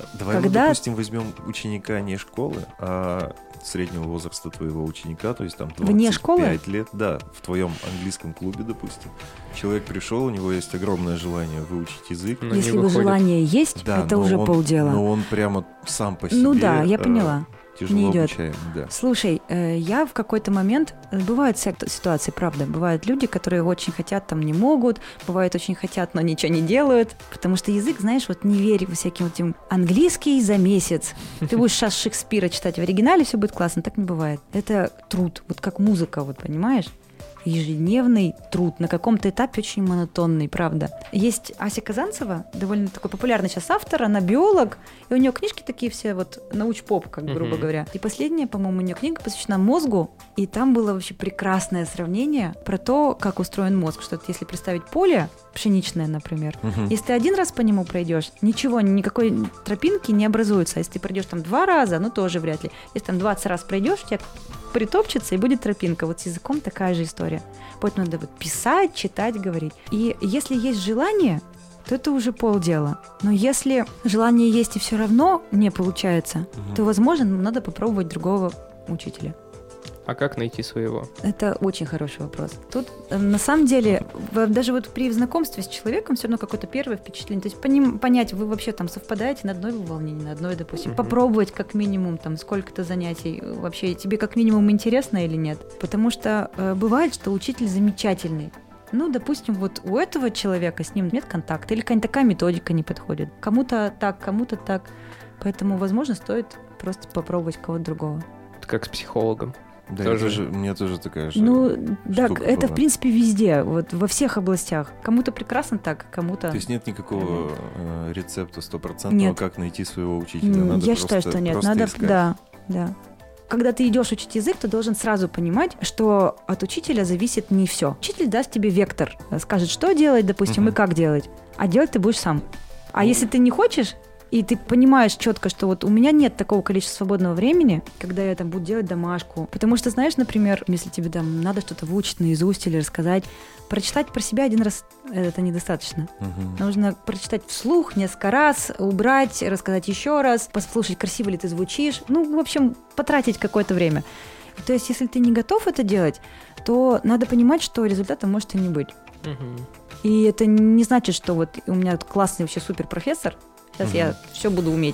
S1: Давай
S2: Когда-
S1: мы, допустим, возьмем ученика не школы, а среднего возраста твоего ученика, то есть там
S2: Вне школы?
S1: двадцать пять лет, да, в твоем английском клубе, допустим. Человек пришел, у него есть огромное желание выучить язык.
S3: Но
S2: Если
S3: не
S2: бы
S3: выходит.
S2: желание есть,
S1: Да,
S2: это
S1: но
S2: уже
S1: он-
S2: полдела.
S1: Но он прямо сам по себе.
S2: Ну да, я
S1: э,
S2: поняла.
S1: Тяжело
S2: Не идёт.
S1: обучаемый, да.
S2: Слушай, э, я в какой-то момент... э, Бывают всякие ситуации, правда. Бывают люди, которые очень хотят, там не могут. Бывают очень хотят, но ничего не делают. Потому что язык, знаешь, вот не верь всяким вот этим... Английский за месяц. Ты будешь сейчас Шекспира читать в оригинале, все будет классно. Так не бывает. Это труд. Вот как музыка, вот понимаешь? Ежедневный труд, на каком-то этапе очень монотонный, правда. Есть Ася Казанцева, довольно такой популярный сейчас автор, она биолог, и у нее книжки такие все вот науч-поп, как бы, грубо
S3: Мгм.
S2: говоря. И последняя, по-моему, у нее книга посвящена мозгу, и там было вообще прекрасное сравнение про то, как устроен мозг, что вот если представить поле пшеничное, например,
S1: Мгм.
S2: если ты один раз по нему пройдешь, ничего, никакой тропинки не образуется. А если ты пройдешь там два раза, ну тоже вряд ли. Если там двадцать раз пройдешь, у тебя притопчется и будет тропинка. Вот с языком такая же история. Поэтому надо вот писать, читать, говорить. И если есть желание, то это уже полдела. Но если желание есть и все равно не получается,
S1: Мгм.
S2: то, возможно, надо попробовать другого учителя.
S3: А как найти своего?
S2: Это очень хороший вопрос. Тут, э, на самом деле, в- даже вот при знакомстве с человеком все равно какое-то первое впечатление. То есть поним- понять, вы вообще там совпадаете на одной волне, не на одной, допустим.
S3: Мгм.
S2: Попробовать как минимум там сколько-то занятий. Вообще тебе как минимум интересно или нет. Потому что э, бывает, что учитель замечательный. Ну, допустим, вот у этого человека с ним нет контакта, или какая-нибудь такая методика не подходит. Кому-то так, кому-то так. Поэтому, возможно, стоит просто попробовать кого-то другого.
S3: Это как с психологом.
S1: Да,
S3: Тоже-
S1: это же, у меня тоже такая же.
S2: Ну, да,
S1: штука
S2: это,
S1: была.
S2: в принципе, везде, вот во всех областях. Кому-то прекрасно так, кому-то...
S1: То есть нет никакого э, рецепта стопроцентного,
S2: Нет.
S1: как найти своего учителя.
S2: М,
S1: Надо
S2: Я
S1: просто-
S2: считаю, что нет.
S1: просто
S2: Надо,
S1: искать.
S2: да, да. Когда ты идешь учить язык, ты должен сразу понимать, что от учителя зависит не все. Учитель даст тебе вектор, скажет, что делать, допустим,
S1: Мгм.
S2: и как делать. А делать ты будешь сам. А
S1: Ну,
S2: если ты не хочешь, и ты понимаешь четко, что вот у меня нет такого количества свободного времени, когда я там буду делать домашку. Потому что, знаешь, например, если тебе там надо что-то выучить наизусть или рассказать, прочитать про себя один раз это недостаточно.
S1: Мгм.
S2: Нужно прочитать вслух несколько раз, убрать, рассказать еще раз, послушать, красиво ли ты звучишь. Ну, в общем, потратить какое-то время. То есть, если ты не готов это делать, то надо понимать, что результата может и не быть.
S3: Мгм.
S2: И это не значит, что вот у меня классный вообще супер профессор, сейчас
S1: Мгм.
S2: я все буду уметь.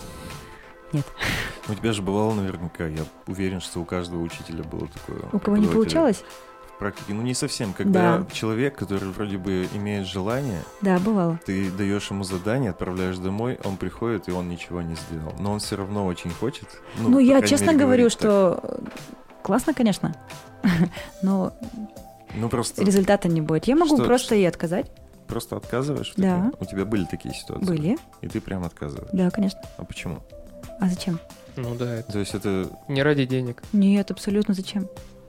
S1: У тебя же бывало наверняка, я уверен, что у каждого учителя было такое.
S2: У кого не
S1: преподавателя.
S2: получалось?
S1: В практике, ну не совсем. Когда
S2: Да.
S1: человек, который вроде бы имеет желание,
S2: Да, бывало.
S1: ты даешь ему задание, отправляешь домой, он приходит, и он ничего не сделал. Но он все равно очень хочет.
S2: Ну,
S1: по
S2: я
S1: крайней
S2: честно
S1: мере,
S2: говорю,
S1: говорит так.
S2: что э, классно, конечно, но
S1: Ну, просто,
S2: результата не будет. Я могу
S1: Что-
S2: просто и отказать.
S1: просто отказываешь? в
S2: Да.
S1: таком? У тебя были такие ситуации?
S2: Были.
S1: И ты прям отказываешь?
S2: Да, конечно.
S1: А почему?
S2: А зачем?
S3: Ну да, это
S1: То есть это...
S3: не ради денег.
S2: Нет, абсолютно зачем.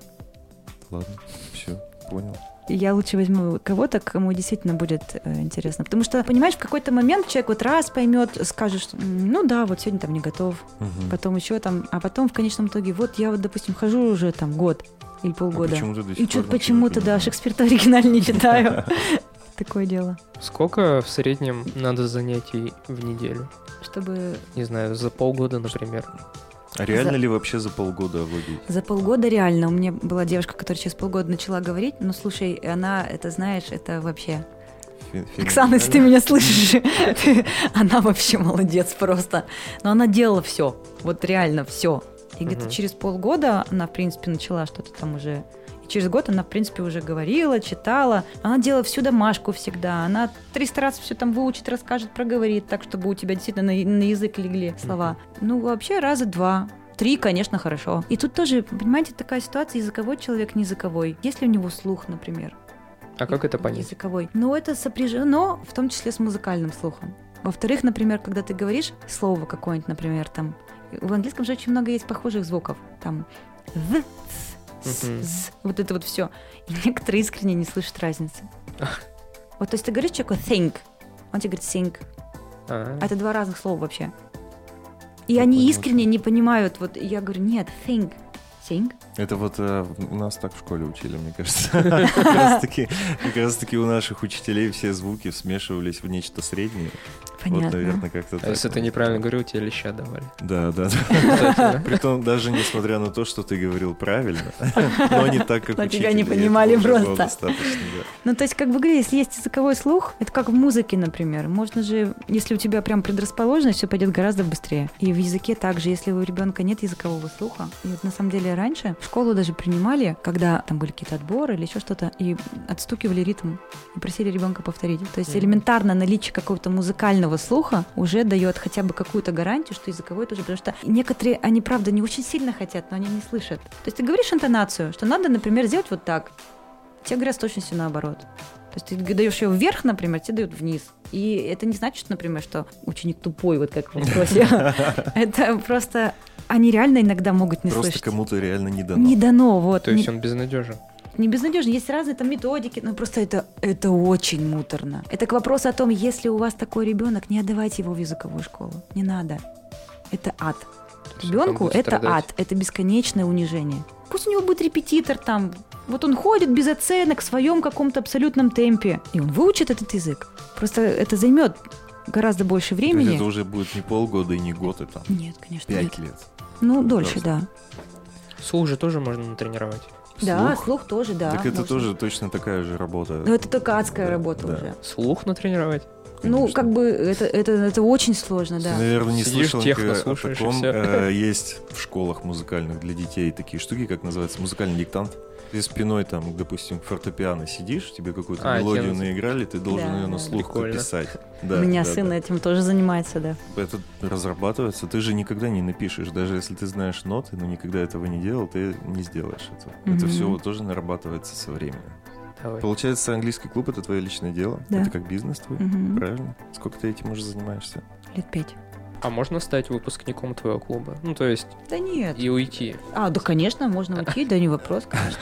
S1: Ладно, все, понял.
S2: Я лучше возьму кого-то, кому действительно будет э, интересно. Потому что, понимаешь, в какой-то момент человек вот раз поймет, скажет, что «М, ну да, вот сегодня там не готов,
S1: Мгм.
S2: потом еще там, а потом в конечном итоге, вот я вот, допустим, хожу уже там год или
S1: А
S2: полгода.
S1: почему ты до сих
S2: И
S1: пор
S2: что-то
S1: ничего не
S2: почему-то, да,
S1: понимаешь?
S2: Шекспир-то оригинально не читаю. Такое дело.
S3: Сколько в среднем надо занятий в неделю?
S2: Чтобы
S3: Не знаю, за полгода, например.
S1: А реально
S2: За-
S1: ли вообще за полгода овладеть?
S2: за полгода реально. У меня была девушка, которая через полгода начала говорить. Ну, слушай, она, это знаешь, это вообще...
S1: Фе-
S2: Оксана, если ты
S1: феноменально?
S2: меня слышишь, она вообще молодец просто. Но она делала все, вот реально все. И где-то
S3: Мгм.
S2: через полгода она, в принципе, начала что-то там уже... И через год она, в принципе, уже говорила, читала. Она делала всю домашку всегда. Она триста раз все там выучит, расскажет, проговорит, так, чтобы у тебя действительно на, на язык легли слова. Ну, вообще, раза два. Три, конечно, хорошо. И тут тоже, понимаете, такая ситуация, языковой человек, не языковой. Есть ли у него слух, например?
S3: А как это понять?
S2: Языковой. Но это сопряжено в том числе с музыкальным слухом. Во-вторых, например, когда ты говоришь слово какое-нибудь, например, там... В английском же очень много есть похожих звуков. Там «в», «с»,
S3: Мгм.
S2: «з», вот это вот все. И некоторые искренне не слышат разницы. Вот, то есть ты говоришь человеку think, он тебе говорит think.
S3: А,
S2: А это два разных слова вообще. И
S1: Я
S2: они
S1: понял,
S2: искренне не понимают. Вот я говорю, нет, think, Sing.
S1: Это вот э, у нас так в школе учили, мне кажется. Как раз-таки, как раз-таки у наших учителей все звуки смешивались в нечто среднее.
S2: Понятно.
S1: Вот, наверное, как-то
S3: А
S1: так.
S3: если ты неправильно говорил, тебе леща давали.
S1: Да, да, да.
S3: Кстати, да?
S1: Притом, даже несмотря на то, что ты говорил правильно, но не так, как
S2: Но
S1: учитель.
S2: тебя не
S1: и этого
S2: понимали
S1: уже было
S2: просто.
S1: достаточно, да.
S2: Ну, то есть, как бы, говорю, если есть языковой слух, это как в музыке, например. Можно же, если у тебя прям предрасположенность, все пойдет гораздо быстрее. И в языке также, если у ребенка нет языкового слуха. И вот на самом деле раньше в школу даже принимали, когда там были какие-то отборы или еще что-то, и отстукивали ритм и просили ребенка повторить. То есть элементарно наличие какого-то музыкального слуха уже дает хотя бы какую-то гарантию, что языковой тоже, потому что некоторые, они, правда, не очень сильно хотят, но они не слышат. То есть ты говоришь интонацию, что надо, например, сделать вот так. Тебе говорят с точностью наоборот. То есть ты даешь ее вверх, например, тебе дают вниз. И это не значит, например, что ученик тупой, вот как в вопросе. Это просто... Они реально иногда могут не слышать.
S1: Просто кому-то реально не дано.
S2: Не дано, вот.
S3: То есть он безнадежен.
S2: Не безнадежно, есть разные там методики, но просто это, это очень муторно. Это к вопросу о том, если у вас такой ребенок, не отдавайте его в языковую школу. Не надо. Это ад. Ребенку это ад, это бесконечное унижение. Пусть у него будет репетитор там, вот он ходит без оценок в своем каком-то абсолютном темпе, и он выучит этот язык. Просто это займет гораздо больше времени.
S1: Это уже будет не полгода и не год, это
S2: Нет, конечно,
S1: пять
S2: нет.
S1: лет.
S2: Ну, дольше, да.
S3: Слух же тоже можно натренировать.
S2: Да,
S1: Слух?
S2: слух тоже, да.
S1: Так это
S2: можно.
S1: тоже точно такая же работа.
S2: Но это только адская
S1: Да,
S2: работа
S1: да.
S2: уже.
S3: Слух натренировать?
S2: Ну,
S1: Конечно.
S2: как бы это, это, это очень сложно, да.
S1: Ты, наверное, не
S3: Сидишь,
S1: слышал
S3: техно
S1: о
S3: слушаешь, и
S1: таком.
S3: всё.
S1: Э, Есть в школах музыкальных для детей такие штуки, как называется музыкальный диктант. Ты спиной там, допустим, к фортепиано сидишь, тебе какую-то
S3: А,
S1: мелодию
S3: тем-
S1: наиграли, ты должен
S2: Да,
S1: ее на
S2: да.
S1: слух
S3: Прикольно.
S1: пописать.
S2: У
S1: Да,
S2: меня
S1: да,
S2: сын
S1: да.
S2: этим тоже занимается, да.
S1: Это разрабатывается, ты же никогда не напишешь, даже если ты знаешь ноты, но никогда этого не делал, ты не сделаешь это. Это
S2: Мгм.
S1: все тоже нарабатывается со временем.
S3: Давай.
S1: Получается, английский клуб — это твое личное дело?
S2: Да.
S1: Это как бизнес твой?
S2: Мгм.
S1: Правильно? Сколько ты этим уже занимаешься?
S2: Лет пять.
S3: А можно стать выпускником твоего клуба? Ну, то есть
S2: Да нет.
S3: и уйти.
S2: А, да, конечно, можно уйти, да не вопрос, конечно.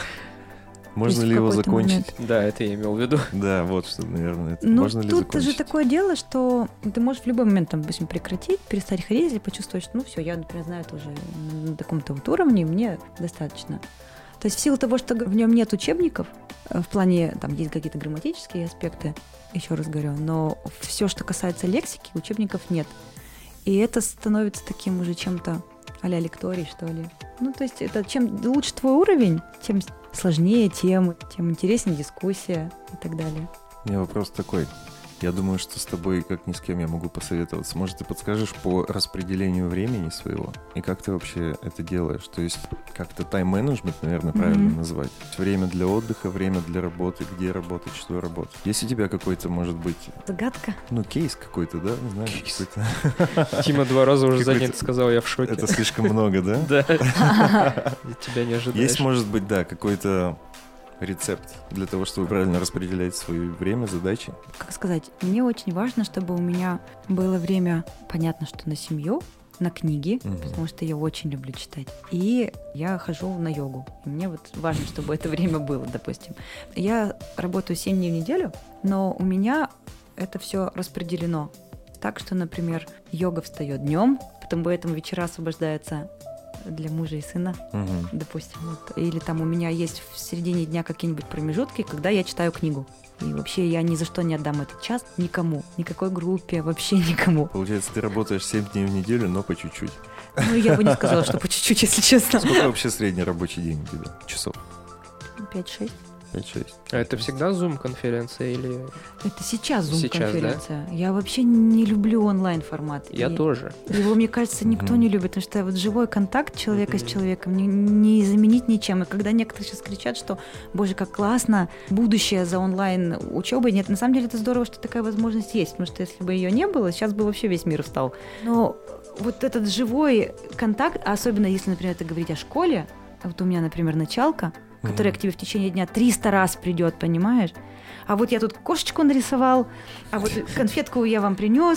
S1: Можно
S2: Есть
S1: ли
S2: в
S1: его
S2: какой-то
S1: закончить?
S2: момент.
S3: Да, это я имел в виду.
S1: Да, вот что, наверное, это.
S2: Ну,
S1: Можно ли
S2: тут
S1: закончить?
S2: же такое дело, что ты можешь в любой момент, там, допустим, прекратить, перестать ходить, если почувствовать, что, ну, все, я, например, знаю это уже на таком-то вот уровне, мне достаточно. То есть в силу того, что в нем нет учебников, э, в плане, там, есть какие-то грамматические аспекты, еще раз говорю, но все, что касается лексики, учебников нет. И это становится таким уже чем-то а-ля лекторий, что ли. Ну, то есть это чем лучше твой уровень, тем сложнее темы, тем интереснее дискуссия и так далее.
S1: У меня вопрос такой. Я думаю, что с тобой, как ни с кем, я могу посоветоваться. Может, ты подскажешь по распределению времени своего? И как ты вообще это делаешь? То есть как-то тайм-менеджмент, наверное, правильно
S2: Мгм.
S1: назвать. Время для отдыха, время для работы, где работать, что работать. Есть у тебя какой-то, может быть,
S2: Загадка.
S1: ну, кейс какой-то, да? Не знаю,
S3: Кейс.
S1: какой-то.
S3: Тима два раза уже
S1: Какой-то-
S3: занят, сказал, я в шоке.
S1: Это слишком много, да?
S3: Да. Я тебя не ожидаешь.
S1: Есть, может быть, да, какой-то рецепт для того, чтобы правильно распределять свое время, задачи?
S2: Как сказать, мне очень важно, чтобы у меня было время, понятно, что на семью, на книги,
S1: Мгм.
S2: потому что я очень люблю читать. И я хожу на йогу. И мне вот важно, чтобы это время было, допустим. Я работаю семь дней в неделю, но у меня это все распределено. Так что, например, йога встает днем, потом поэтому вечера освобождаются для мужа и сына,
S1: Мгм.
S2: допустим. Вот. Или там у меня есть в середине дня какие-нибудь промежутки, когда я читаю книгу. И вообще я ни за что не отдам этот час никому, никакой группе, вообще никому.
S1: Получается, ты работаешь семь дней в неделю, но по чуть-чуть.
S2: Ну, я бы не сказала, что по чуть-чуть, если честно.
S1: Сколько вообще средний рабочий день у тебя? Часов?
S2: пять-шесть.
S1: пять-шесть.
S3: А это всегда зум-конференция или...
S2: Это сейчас
S3: Сейчас,
S2: зум-конференция. Я вообще не люблю онлайн-формат.
S3: Я
S2: И
S3: тоже.
S2: Его, мне кажется, никто
S1: Мгм.
S2: не любит, потому что вот живой контакт человека с
S3: Мгм.
S2: человеком не, не заменить ничем. И когда некоторые сейчас кричат, что, боже, как классно, будущее за онлайн учебой, нет, на самом деле это здорово, что такая возможность есть, потому что если бы ее не было, сейчас бы вообще весь мир встал. Но вот этот живой контакт, а особенно если, например, это говорить о школе, вот у меня, например, началка, которая
S1: Мгм.
S2: к тебе в течение дня триста раз придет, понимаешь? А вот я тут кошечку нарисовал, а вот конфетку я вам принес,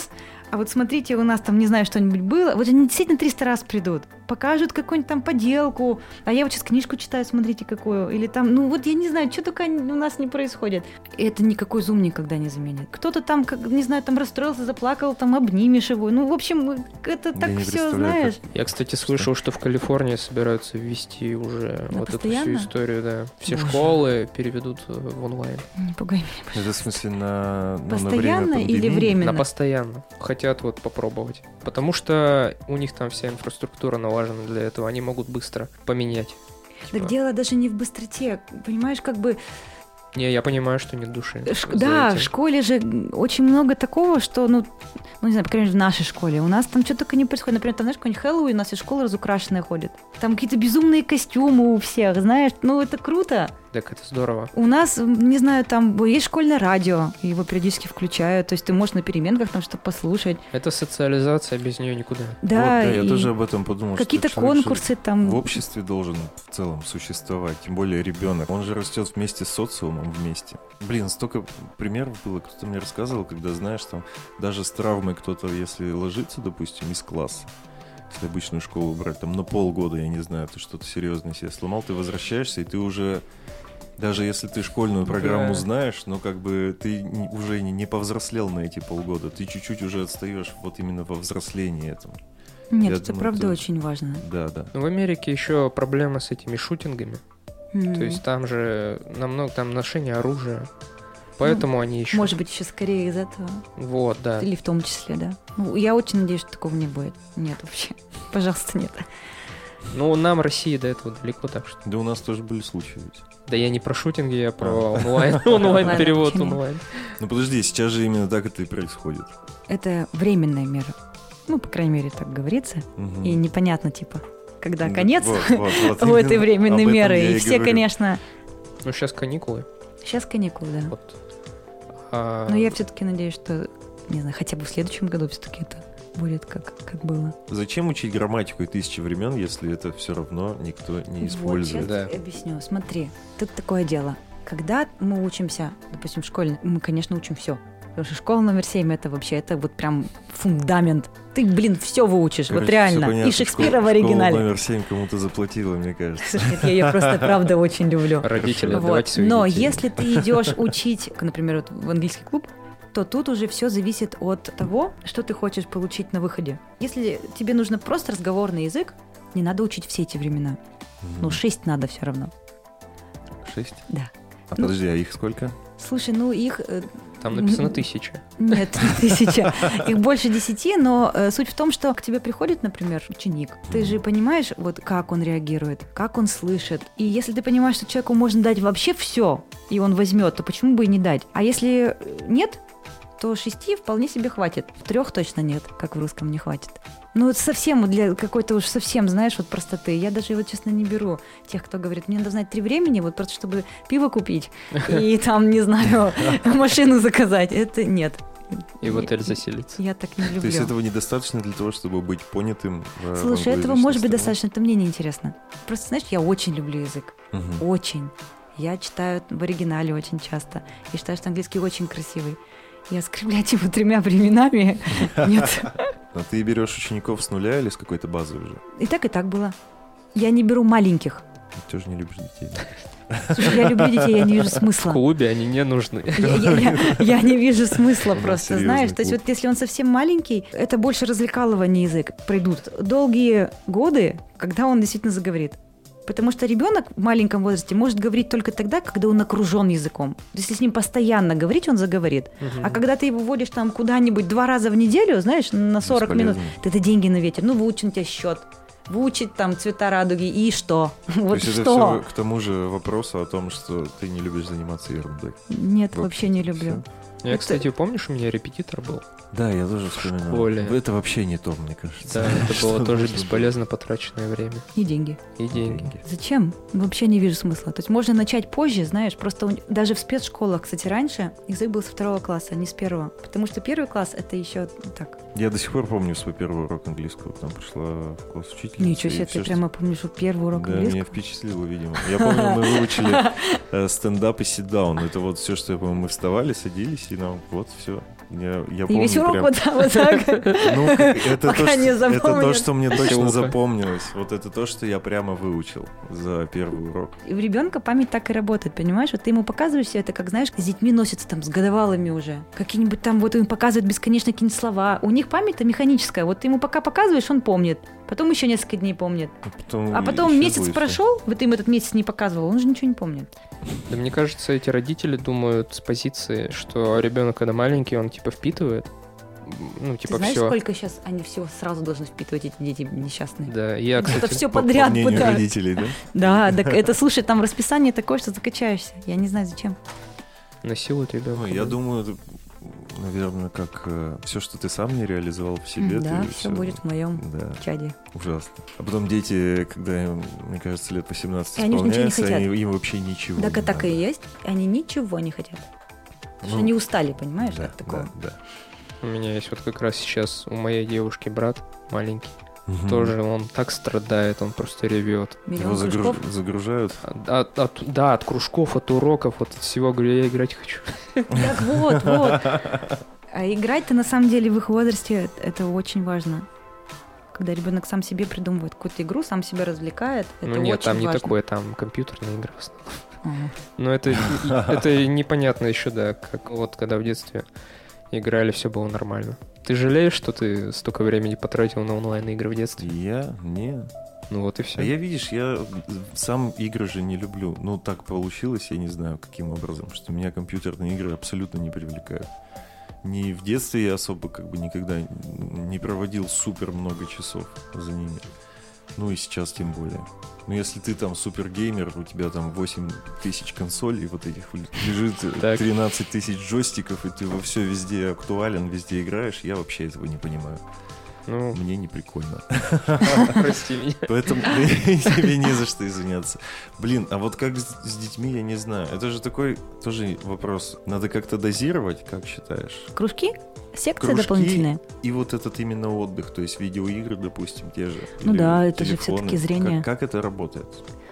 S2: а вот смотрите, у нас там, не знаю, что-нибудь было. Вот они действительно триста раз придут. Покажут какую-нибудь там поделку. А я вот сейчас книжку читаю, смотрите, какую. Или там, ну вот я не знаю, что только у нас не происходит. И это никакой зум никогда не заменит. Кто-то там, как, не знаю, там расстроился, заплакал, там обнимешь его. Ну, в общем, это так все, знаешь.
S3: Как... Я, кстати, слышал, что в Калифорнии собираются ввести уже
S2: да,
S3: вот
S2: постоянно?
S3: эту всю историю, да. Все
S2: Боже.
S3: Школы переведут в онлайн.
S2: Не пугай меня, пожалуйста.
S1: Это в смысле на, ну,
S2: постоянно
S1: на время
S2: или
S1: пандемии?
S2: временно?
S3: На постоянно. Хотят вот попробовать. Потому что у них там вся инфраструктура налажена для этого. Они могут быстро поменять.
S2: Так
S3: Типа...
S2: дело даже не в быстроте. Понимаешь, как бы...
S3: Не, я понимаю, что нет души.
S2: Ш- да, в школе же очень много такого, что, ну, ну, не знаю, по крайней мере, в нашей школе. У нас там что только не происходит. Например, там, знаешь, какой-нибудь Хэллоуин, у нас из школы разукрашенная ходит. Там какие-то безумные костюмы у всех, знаешь. Ну, это круто.
S3: Так, это здорово.
S2: У нас, не знаю, там есть школьное радио, его периодически включают, то есть ты можешь на переменках там что-то послушать.
S3: Это социализация, без нее никуда.
S2: Да,
S1: вот, да,
S2: и
S1: я тоже об этом подумал.
S2: какие-то
S1: что человек
S2: конкурсы там.
S1: В обществе должен в целом существовать, тем более ребенок. Он же растет вместе с социумом вместе. Блин, столько примеров было, кто-то мне рассказывал, когда, знаешь, там даже с травмой кто-то, если ложится, допустим, из класса, если обычную школу брать, там на полгода, я не знаю, ты что-то серьезное себе сломал, ты возвращаешься, и ты уже, даже если ты школьную программу
S3: Да.
S1: знаешь, но как бы ты не- уже не, не повзрослел на эти полгода, ты чуть-чуть уже отстаешь вот именно во взрослении этом.
S2: Нет,
S1: я
S2: это
S1: думаю,
S2: правда
S1: это-
S2: очень важно.
S1: Да, да.
S3: Но в Америке еще проблема с этими шутингами.
S2: М.
S3: То есть там же намного там ношение оружия. Поэтому они еще...
S2: Может быть, еще скорее из этого.
S3: Вот, да.
S2: Или в том числе, да. Ну, я очень надеюсь, что такого не будет. Нет, вообще. Пожалуйста, нет.
S3: Ну, нам, России, до этого далеко, так что...
S1: Да у нас тоже были случаи ведь.
S3: Да я не про шутинги, я про
S1: А.
S3: онлайн. Онлайн-перевод
S2: Ладно, почему?
S3: онлайн.
S1: Ну подожди, сейчас же именно так это и происходит.
S2: Это временная мера. Ну, по крайней мере, так говорится.
S1: Мгм.
S2: И непонятно, типа, когда
S1: Да,
S2: конец
S1: вот, вот, вот,
S2: у этой
S1: именно
S2: временной
S1: об этом
S2: меры.
S1: я
S2: И
S1: и
S2: все,
S1: говорю.
S2: конечно...
S3: Ну, сейчас каникулы.
S2: Сейчас каникулы, да.
S3: Вот. А,
S2: Но я все-таки надеюсь, что, не знаю, хотя бы в следующем году все-таки это будет как, как было.
S1: Зачем учить грамматику и тысячи времен, если это все равно никто не
S2: Вот,
S1: использует?
S2: сейчас
S3: Да.
S2: объясню. Смотри, тут такое дело. Когда мы учимся, допустим, в школе, мы, конечно, учим все. Потому что школа номер семь это вообще, это вот прям фундамент. Ты, блин, все выучишь,
S1: Короче,
S2: вот реально.
S1: всё понятно.
S2: И Шекспира
S1: Школа-
S2: в оригинале.
S1: Школа номер семь кому-то заплатила, мне кажется.
S2: Слушай, нет, я ее просто правда очень люблю.
S3: Родители,
S2: Вот.
S3: давайте своих
S2: Но
S3: детей.
S2: если ты идешь учить, например, вот в английский клуб, то тут уже все зависит от того, что ты хочешь получить на выходе. Если тебе нужно просто разговорный язык, не надо учить все эти времена. Ну, шесть надо все равно.
S1: Шесть?
S2: Да.
S1: А
S2: Ну-
S1: подожди, а их сколько?
S2: Слушай, ну их... э,
S3: Там написано тысяча.
S2: Нет, не тысяча. Их больше десяти, но э, суть в том, что к тебе приходит, например, ученик. Ты же понимаешь, вот как он реагирует, как он слышит. И если ты понимаешь, что человеку можно дать вообще все, и он возьмет, то почему бы и не дать? А если э, нет, то шести вполне себе хватит. Трех точно нет, как в русском не хватит. Ну, вот совсем вот для какой-то уж совсем, знаешь, вот простоты. Я даже, вот честно, не беру тех, кто говорит, мне надо знать три времени, вот просто чтобы пиво купить и там, не знаю, машину заказать. Это нет.
S3: И в
S2: Я-
S3: отель заселиться.
S2: Я так не люблю.
S1: То есть этого недостаточно для того, чтобы быть понятым в в
S2: Слушай, этого
S1: англоязычной
S2: может быть
S1: стране?
S2: достаточно, это мне неинтересно. Просто, знаешь, я очень люблю язык.
S1: Мгм.
S2: Очень. Я читаю в оригинале очень часто. И считаю, что английский очень красивый. Я скреплять его тремя временами. Нет.
S1: А ты берешь учеников с нуля или с какой-то базы уже?
S2: И так, и так было. Я не беру маленьких.
S1: Ты тоже не любишь детей. да?
S2: Слушай, я люблю детей, я не вижу
S3: В
S2: смысла.
S3: клубе они не нужны.
S2: Я, я- я- я не вижу смысла
S1: У нас
S2: просто,
S1: серьезный
S2: знаешь. То есть
S1: клуб.
S2: вот если он совсем маленький, это больше развлекалование язык. Пройдут долгие годы, когда он действительно заговорит. Потому что ребенок в маленьком возрасте может говорить только тогда, когда он окружен языком. То есть, если с ним постоянно говорить, он заговорит.
S3: Мгм.
S2: А когда ты его вводишь там куда-нибудь два раза в неделю, знаешь, на сорок минут,
S1: Бесполезно.
S2: то это деньги на ветер. Ну, выучить у тебя счет, выучить там цвета радуги, и что?
S1: То
S2: Вот
S1: есть это
S2: что?
S1: все к тому же вопросу о том, что ты не любишь заниматься ерундой.
S2: Нет,
S1: В
S2: вообще не люблю.
S3: Я,
S2: Это-
S3: кстати, помнишь, у меня репетитор был?
S1: Да, я тоже вспоминал.
S3: школе.
S1: Это вообще не то, мне кажется.
S3: Да, это
S1: Что
S3: было тоже
S1: нужно
S3: бесполезно потраченное время.
S2: И деньги.
S3: И деньги.
S1: Деньги.
S2: Зачем? Вообще не вижу смысла. То есть можно начать позже, знаешь, просто у- даже в спецшколах, кстати, раньше язык был со второго класса, а не с первого. Потому что первый класс это еще так.
S1: Я до сих пор помню свой первый урок английского. К нам пришла в класс учительница.
S2: Ничего
S1: и
S2: себе,
S1: всё,
S2: ты
S1: что-
S2: прямо помнишь, что первый урок
S1: Да, меня
S2: английского?
S1: впечатлило, видимо. Я помню, мы выучили э, стендап и ситдаун. Это вот все, что я помню, мы вставали, садились, и нам вот все. Я, я
S2: И
S1: помню
S2: весь урок
S1: прям-
S2: вот так, вот так.
S1: Ну, это,
S2: Пока
S1: то,
S2: не
S1: что, это то,
S2: запомнят.
S1: что мне точно
S3: Силка.
S1: запомнилось. Вот это то, что я прямо выучил за первый урок.
S2: И у ребенка память так и работает, понимаешь? Вот ты ему показываешь все это, как, знаешь, с детьми носятся там, с годовалыми уже. Какие-нибудь там, вот им показывают бесконечно какие-нибудь слова. У них память-то механическая. Вот ты ему пока показываешь, он помнит. Потом еще несколько дней помнит.
S1: А потом,
S2: А потом
S1: исчезло
S2: месяц
S1: и всё.
S2: прошел, вот ты им этот месяц не показывал, он же ничего не помнит.
S3: Да мне кажется, эти родители думают с позиции, что ребенок, когда маленький, он типа впитывает. Ну,
S2: Ты
S3: типа
S2: знаешь,
S3: все.
S2: сколько сейчас они все сразу должны впитывать, эти дети несчастные?
S3: Да, я,
S2: Это
S3: кстати,
S2: все
S1: По- по
S2: подряд
S1: мнению
S2: пытаются.
S1: родителей, да?
S2: Да, так это, слушай, там расписание такое, что закачаешься. Я не знаю, зачем.
S3: насилуют ребенка.
S1: Ой, я думаю, это, наверное, как все, что ты сам не реализовал в себе.
S2: Да,
S1: ты
S2: все
S1: всё-
S2: будет в моем
S1: Да,
S2: чаде.
S1: ужасно. А потом дети, когда им, мне кажется, лет восемнадцать
S2: И они же ничего не
S1: исполняется,
S2: хотят.
S1: они- им вообще ничего
S2: Так
S1: не
S2: и так и
S1: надо.
S2: есть. Они ничего не хотят. Потому что
S1: Ну,
S2: они устали, понимаешь,
S1: Да,
S2: от такого.
S1: да, да.
S3: У меня есть вот как раз сейчас у моей девушки брат маленький.
S1: Мгм.
S3: Тоже он так страдает, он просто ревет.
S1: Его
S2: Миллион
S1: загруж-
S2: кружков.
S1: загружают.
S3: От- от- от- да, от кружков, от уроков, вот от всего, говорю, я играть хочу.
S2: Так вот, вот. А играть-то на самом деле в их возрасте это очень важно. Когда ребенок сам себе придумывает какую-то игру, сам себя развлекает, это
S3: Ну нет,
S2: очень
S3: там не
S2: важно.
S3: такое, там компьютерные игры в основном.
S2: Ага.
S3: Но это, это непонятно еще, да, как вот когда в детстве играли, все было нормально. Ты жалеешь, что ты столько времени потратил на онлайн-игры в детстве?
S1: Я? Не.
S3: Ну вот и все.
S1: А я, видишь, я сам игры же не люблю. Ну, так получилось, я не знаю, каким образом, что меня компьютерные игры абсолютно не привлекают. Ни в детстве я особо как бы никогда не проводил супер много часов за ними. Ну и сейчас тем более. Ну если ты там супергеймер, у тебя там восемь тысяч консолей вот этих лежит,
S3: Так.
S1: тринадцать тысяч джойстиков, и ты во все везде актуален, везде играешь, я вообще этого не понимаю.
S3: Ну,
S1: Мне не прикольно.
S3: прости меня.
S1: Поэтому тебе не за что извиняться. Блин, а вот как с с детьми, я не знаю. Это же такой тоже вопрос. Надо как-то дозировать, как считаешь?
S2: Кружки? Секции
S1: Кружки
S2: дополнительные?
S1: И вот этот именно отдых, то есть видеоигры, допустим, те же.
S2: Ну
S1: или
S2: да, это же
S1: телефоны.
S2: всё-таки зрение.
S1: Как, как это работает?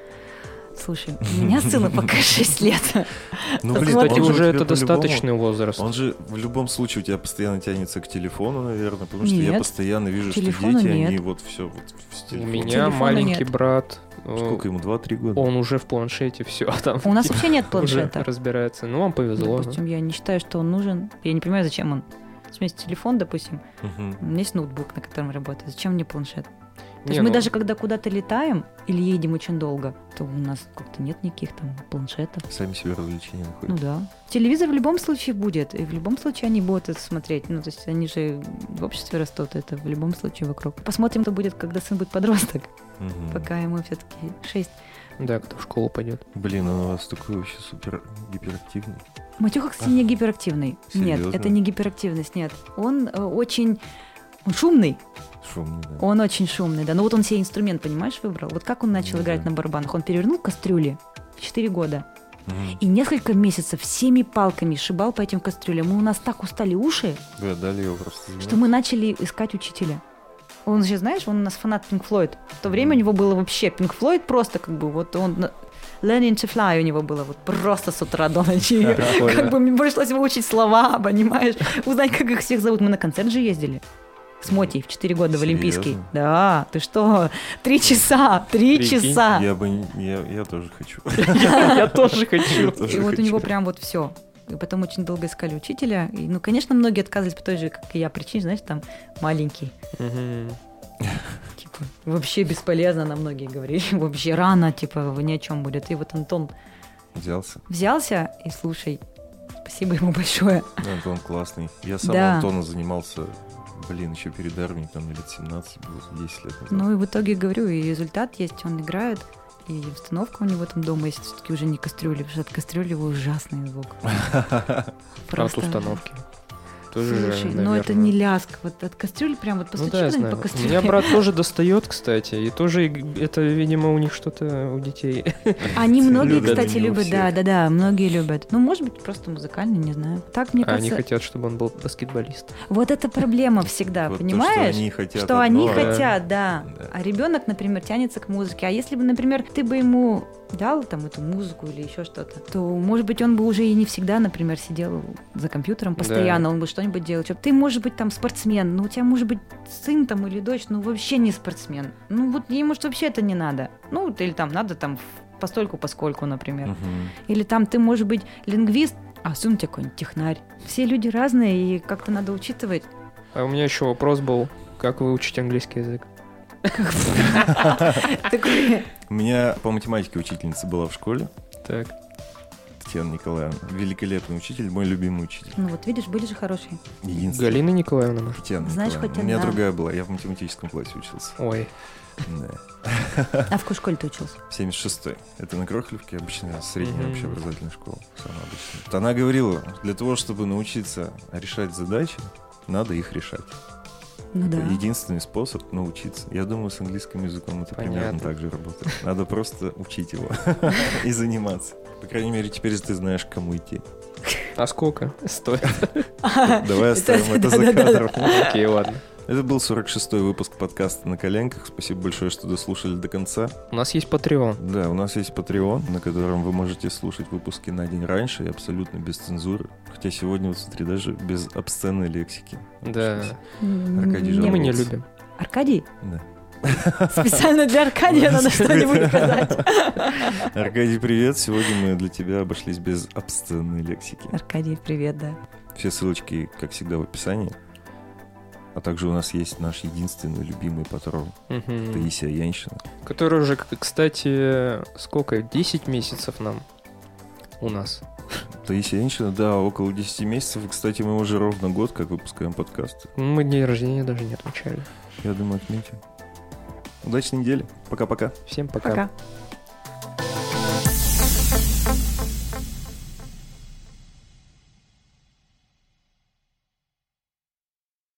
S2: Слушай, у меня сыну пока шесть лет.
S1: Ну,
S2: Кстати,
S3: Кстати,
S1: он же
S3: уже
S1: у тебя
S3: это
S1: по-любому-
S3: достаточный возраст.
S1: Он же в любом случае у тебя постоянно тянется к телефону, наверное, потому что я
S2: Нет,
S1: постоянно вижу, что
S2: телефона
S1: дети,
S2: нет.
S1: они вот все вот в
S3: У
S1: телефоне.
S3: меня
S2: Телефона
S3: маленький
S2: нет.
S3: брат, э,
S1: Сколько ему, два-три года?
S3: он уже в планшете, все, там
S2: У нас вообще нет
S3: уже
S2: планшета.
S3: разбирается. Ну, вам повезло.
S2: Допустим, я не считаю, что он нужен. Я не понимаю, зачем он. У меня есть телефон, допустим,
S1: Мгм.
S2: у меня есть ноутбук, на котором работает. Зачем мне планшет? То
S3: Не,
S2: есть мы
S3: ну,
S2: даже когда куда-то летаем или едем очень долго, то у нас как-то нет никаких там планшетов.
S1: Сами себе развлечения находят.
S2: Ну да. Телевизор в любом случае будет, и в любом случае они будут это смотреть. Ну, то есть они же в обществе растут, это в любом случае вокруг. Посмотрим, что будет, когда сын будет подросток,
S1: Мгм.
S2: пока ему все-таки шесть.
S3: Да, кто в школу пойдет.
S1: Блин, он у вас такой вообще супер гиперактивный.
S2: Матюха, кстати, не гиперактивный. Нет,
S1: Серьезно?
S2: это не гиперактивность, нет. Он э, очень... Он шумный,
S1: Шумный, да.
S2: он очень шумный, да. Ну вот он себе инструмент, понимаешь, выбрал. Вот как он начал
S1: Ну
S2: играть
S1: да.
S2: на барабанах? Он перевернул кастрюли в четыре года.
S1: Мгм.
S2: И несколько месяцев всеми палками шибал по этим кастрюлям. Мы у нас так устали уши,
S1: Вы отдали его просто заниматься?
S2: что мы начали искать учителя. Он же, знаешь, он у нас фанат Pink Floyd. В то время у него было вообще Pink Floyd просто как бы вот он... на- Learning to Fly у него было вот просто с утра до ночи. Как бы мне пришлось выучить слова, понимаешь? Узнать, как их всех зовут. Мы на концерт же ездили. С Мотей в четыре года в Олимпийский.
S1: Серьезно?
S2: Да, ты что? Три часа, три
S3: Прикинь,
S2: часа.
S1: Я бы... не- Я, я тоже хочу.
S3: Я тоже хочу.
S1: Я тоже
S2: И вот у
S1: хочу.
S2: него прям вот все. И потом очень долго искали учителя. И, ну, конечно, многие отказывались по той же, как и я, причине, знаешь, там маленький.
S3: Мгм.
S2: Типа, вообще бесполезно, на многие говорили. Вообще рано, типа, ни о чем будет. И вот Антон
S1: Взялся.
S2: взялся, и слушай, спасибо ему большое.
S1: Ну, Антон классный. Я сам
S2: Да.
S1: Антона занимался, блин, еще перед армией, там лет семнадцать было, десять лет назад.
S2: Ну и в итоге, говорю, и результат есть, он играет, и установка у него там дома есть, все-таки уже не кастрюли, потому что от кастрюли его ужасный звук.
S3: От
S2: Просто-
S3: установки. Тоже,
S2: Слушай, но
S3: наверное.
S2: это не ляск, вот от кастрюли прям вот
S3: Ну
S2: постучи
S3: да, я
S2: куда-нибудь
S3: знаю.
S2: по
S3: У
S2: кастрюле.
S3: меня брат тоже достает, кстати, и тоже иг- это, видимо, у них что-то у детей.
S2: Они многие,
S3: Любят,
S2: кстати,
S1: но не у
S2: любят, да,
S1: всех.
S2: да, да, многие любят. Ну, может быть, просто музыкально, не знаю. Так, мне
S3: А они
S2: кажется,
S3: хотят, чтобы он был баскетболист.
S2: вот это проблема всегда,
S1: Вот то,
S2: понимаешь?
S1: что они хотят
S2: Что они
S1: одно, а-
S2: хотят, да.
S1: Да.
S2: А ребенок, например, тянется к музыке. А если бы, например, ты бы ему дал там эту музыку или еще что-то, то, может быть, он бы уже и не всегда, например, сидел за компьютером постоянно, да. Он бы что-нибудь делал. Ты, может быть, там спортсмен, но у тебя, может быть, сын там или дочь, ну, вообще не спортсмен. Ну, вот ей, может, вообще это не надо. Ну, или там надо там постольку поскольку, например. Угу. Или там ты, может быть, лингвист, а сын у тебя какой-нибудь технарь. Все люди разные, и как-то надо учитывать.
S3: А у меня еще вопрос был, как выучить английский язык?
S1: У меня по математике учительница была в школе.
S3: Так.
S1: Татьяна Николаевна. Великолепный учитель, мой любимый учитель.
S2: Ну вот видишь, были же хорошие.
S1: Единственный.
S3: Галина Николаевна, может?
S1: Татьяна
S2: Знаешь,
S1: Николаевна.
S2: хоть
S1: У меня
S2: одна.
S1: другая была, я в математическом классе учился.
S3: Ой.
S1: Да.
S2: А в какой школе ты учился?
S1: семьдесят шестой. Это на Крохлевке, обычная средняя
S3: Mm-hmm.
S1: общеобразовательная школа. Самая обычная. Вот она говорила, для того, чтобы научиться решать задачи, надо их решать.
S2: Ну да.
S1: Это единственный способ научиться. Я думаю, с английским языком это
S3: Понятно.
S1: примерно так же работает. Надо просто учить его и заниматься. По крайней мере, теперь ты знаешь, к кому идти.
S3: А сколько стоит?
S1: Давай оставим это за кадром.
S3: Окей, ладно.
S1: Это был сорок шестой выпуск подкаста «На коленках». Спасибо большое, что дослушали до конца.
S3: У нас есть Patreon.
S1: Да, у нас есть Patreon, на котором вы можете слушать выпуски на день раньше и абсолютно без цензуры. Хотя сегодня, вот смотри, даже без обсценной лексики.
S3: Да.
S1: Аркадий
S3: Не, мы не
S1: жаловался.
S3: любим.
S2: Аркадий?
S1: Да.
S2: Специально для Аркадия надо что-нибудь сказать.
S1: Аркадий, привет. Сегодня мы для тебя обошлись без обсценной лексики.
S2: Аркадий, привет, да.
S1: Все ссылочки, как всегда, в описании. А также у нас есть наш единственный любимый патрон
S3: Мгм.
S1: Таисия Яньшина.
S3: Который уже, к- кстати, сколько? десять месяцев нам у нас.
S1: Таисия Яньшина, да, около десять месяцев. И, кстати, мы уже ровно год, как выпускаем подкасты.
S3: Мы день рождения даже не отмечали.
S1: Я думаю, отметим. Удачной недели. Пока-пока.
S3: Всем пока.
S2: Пока.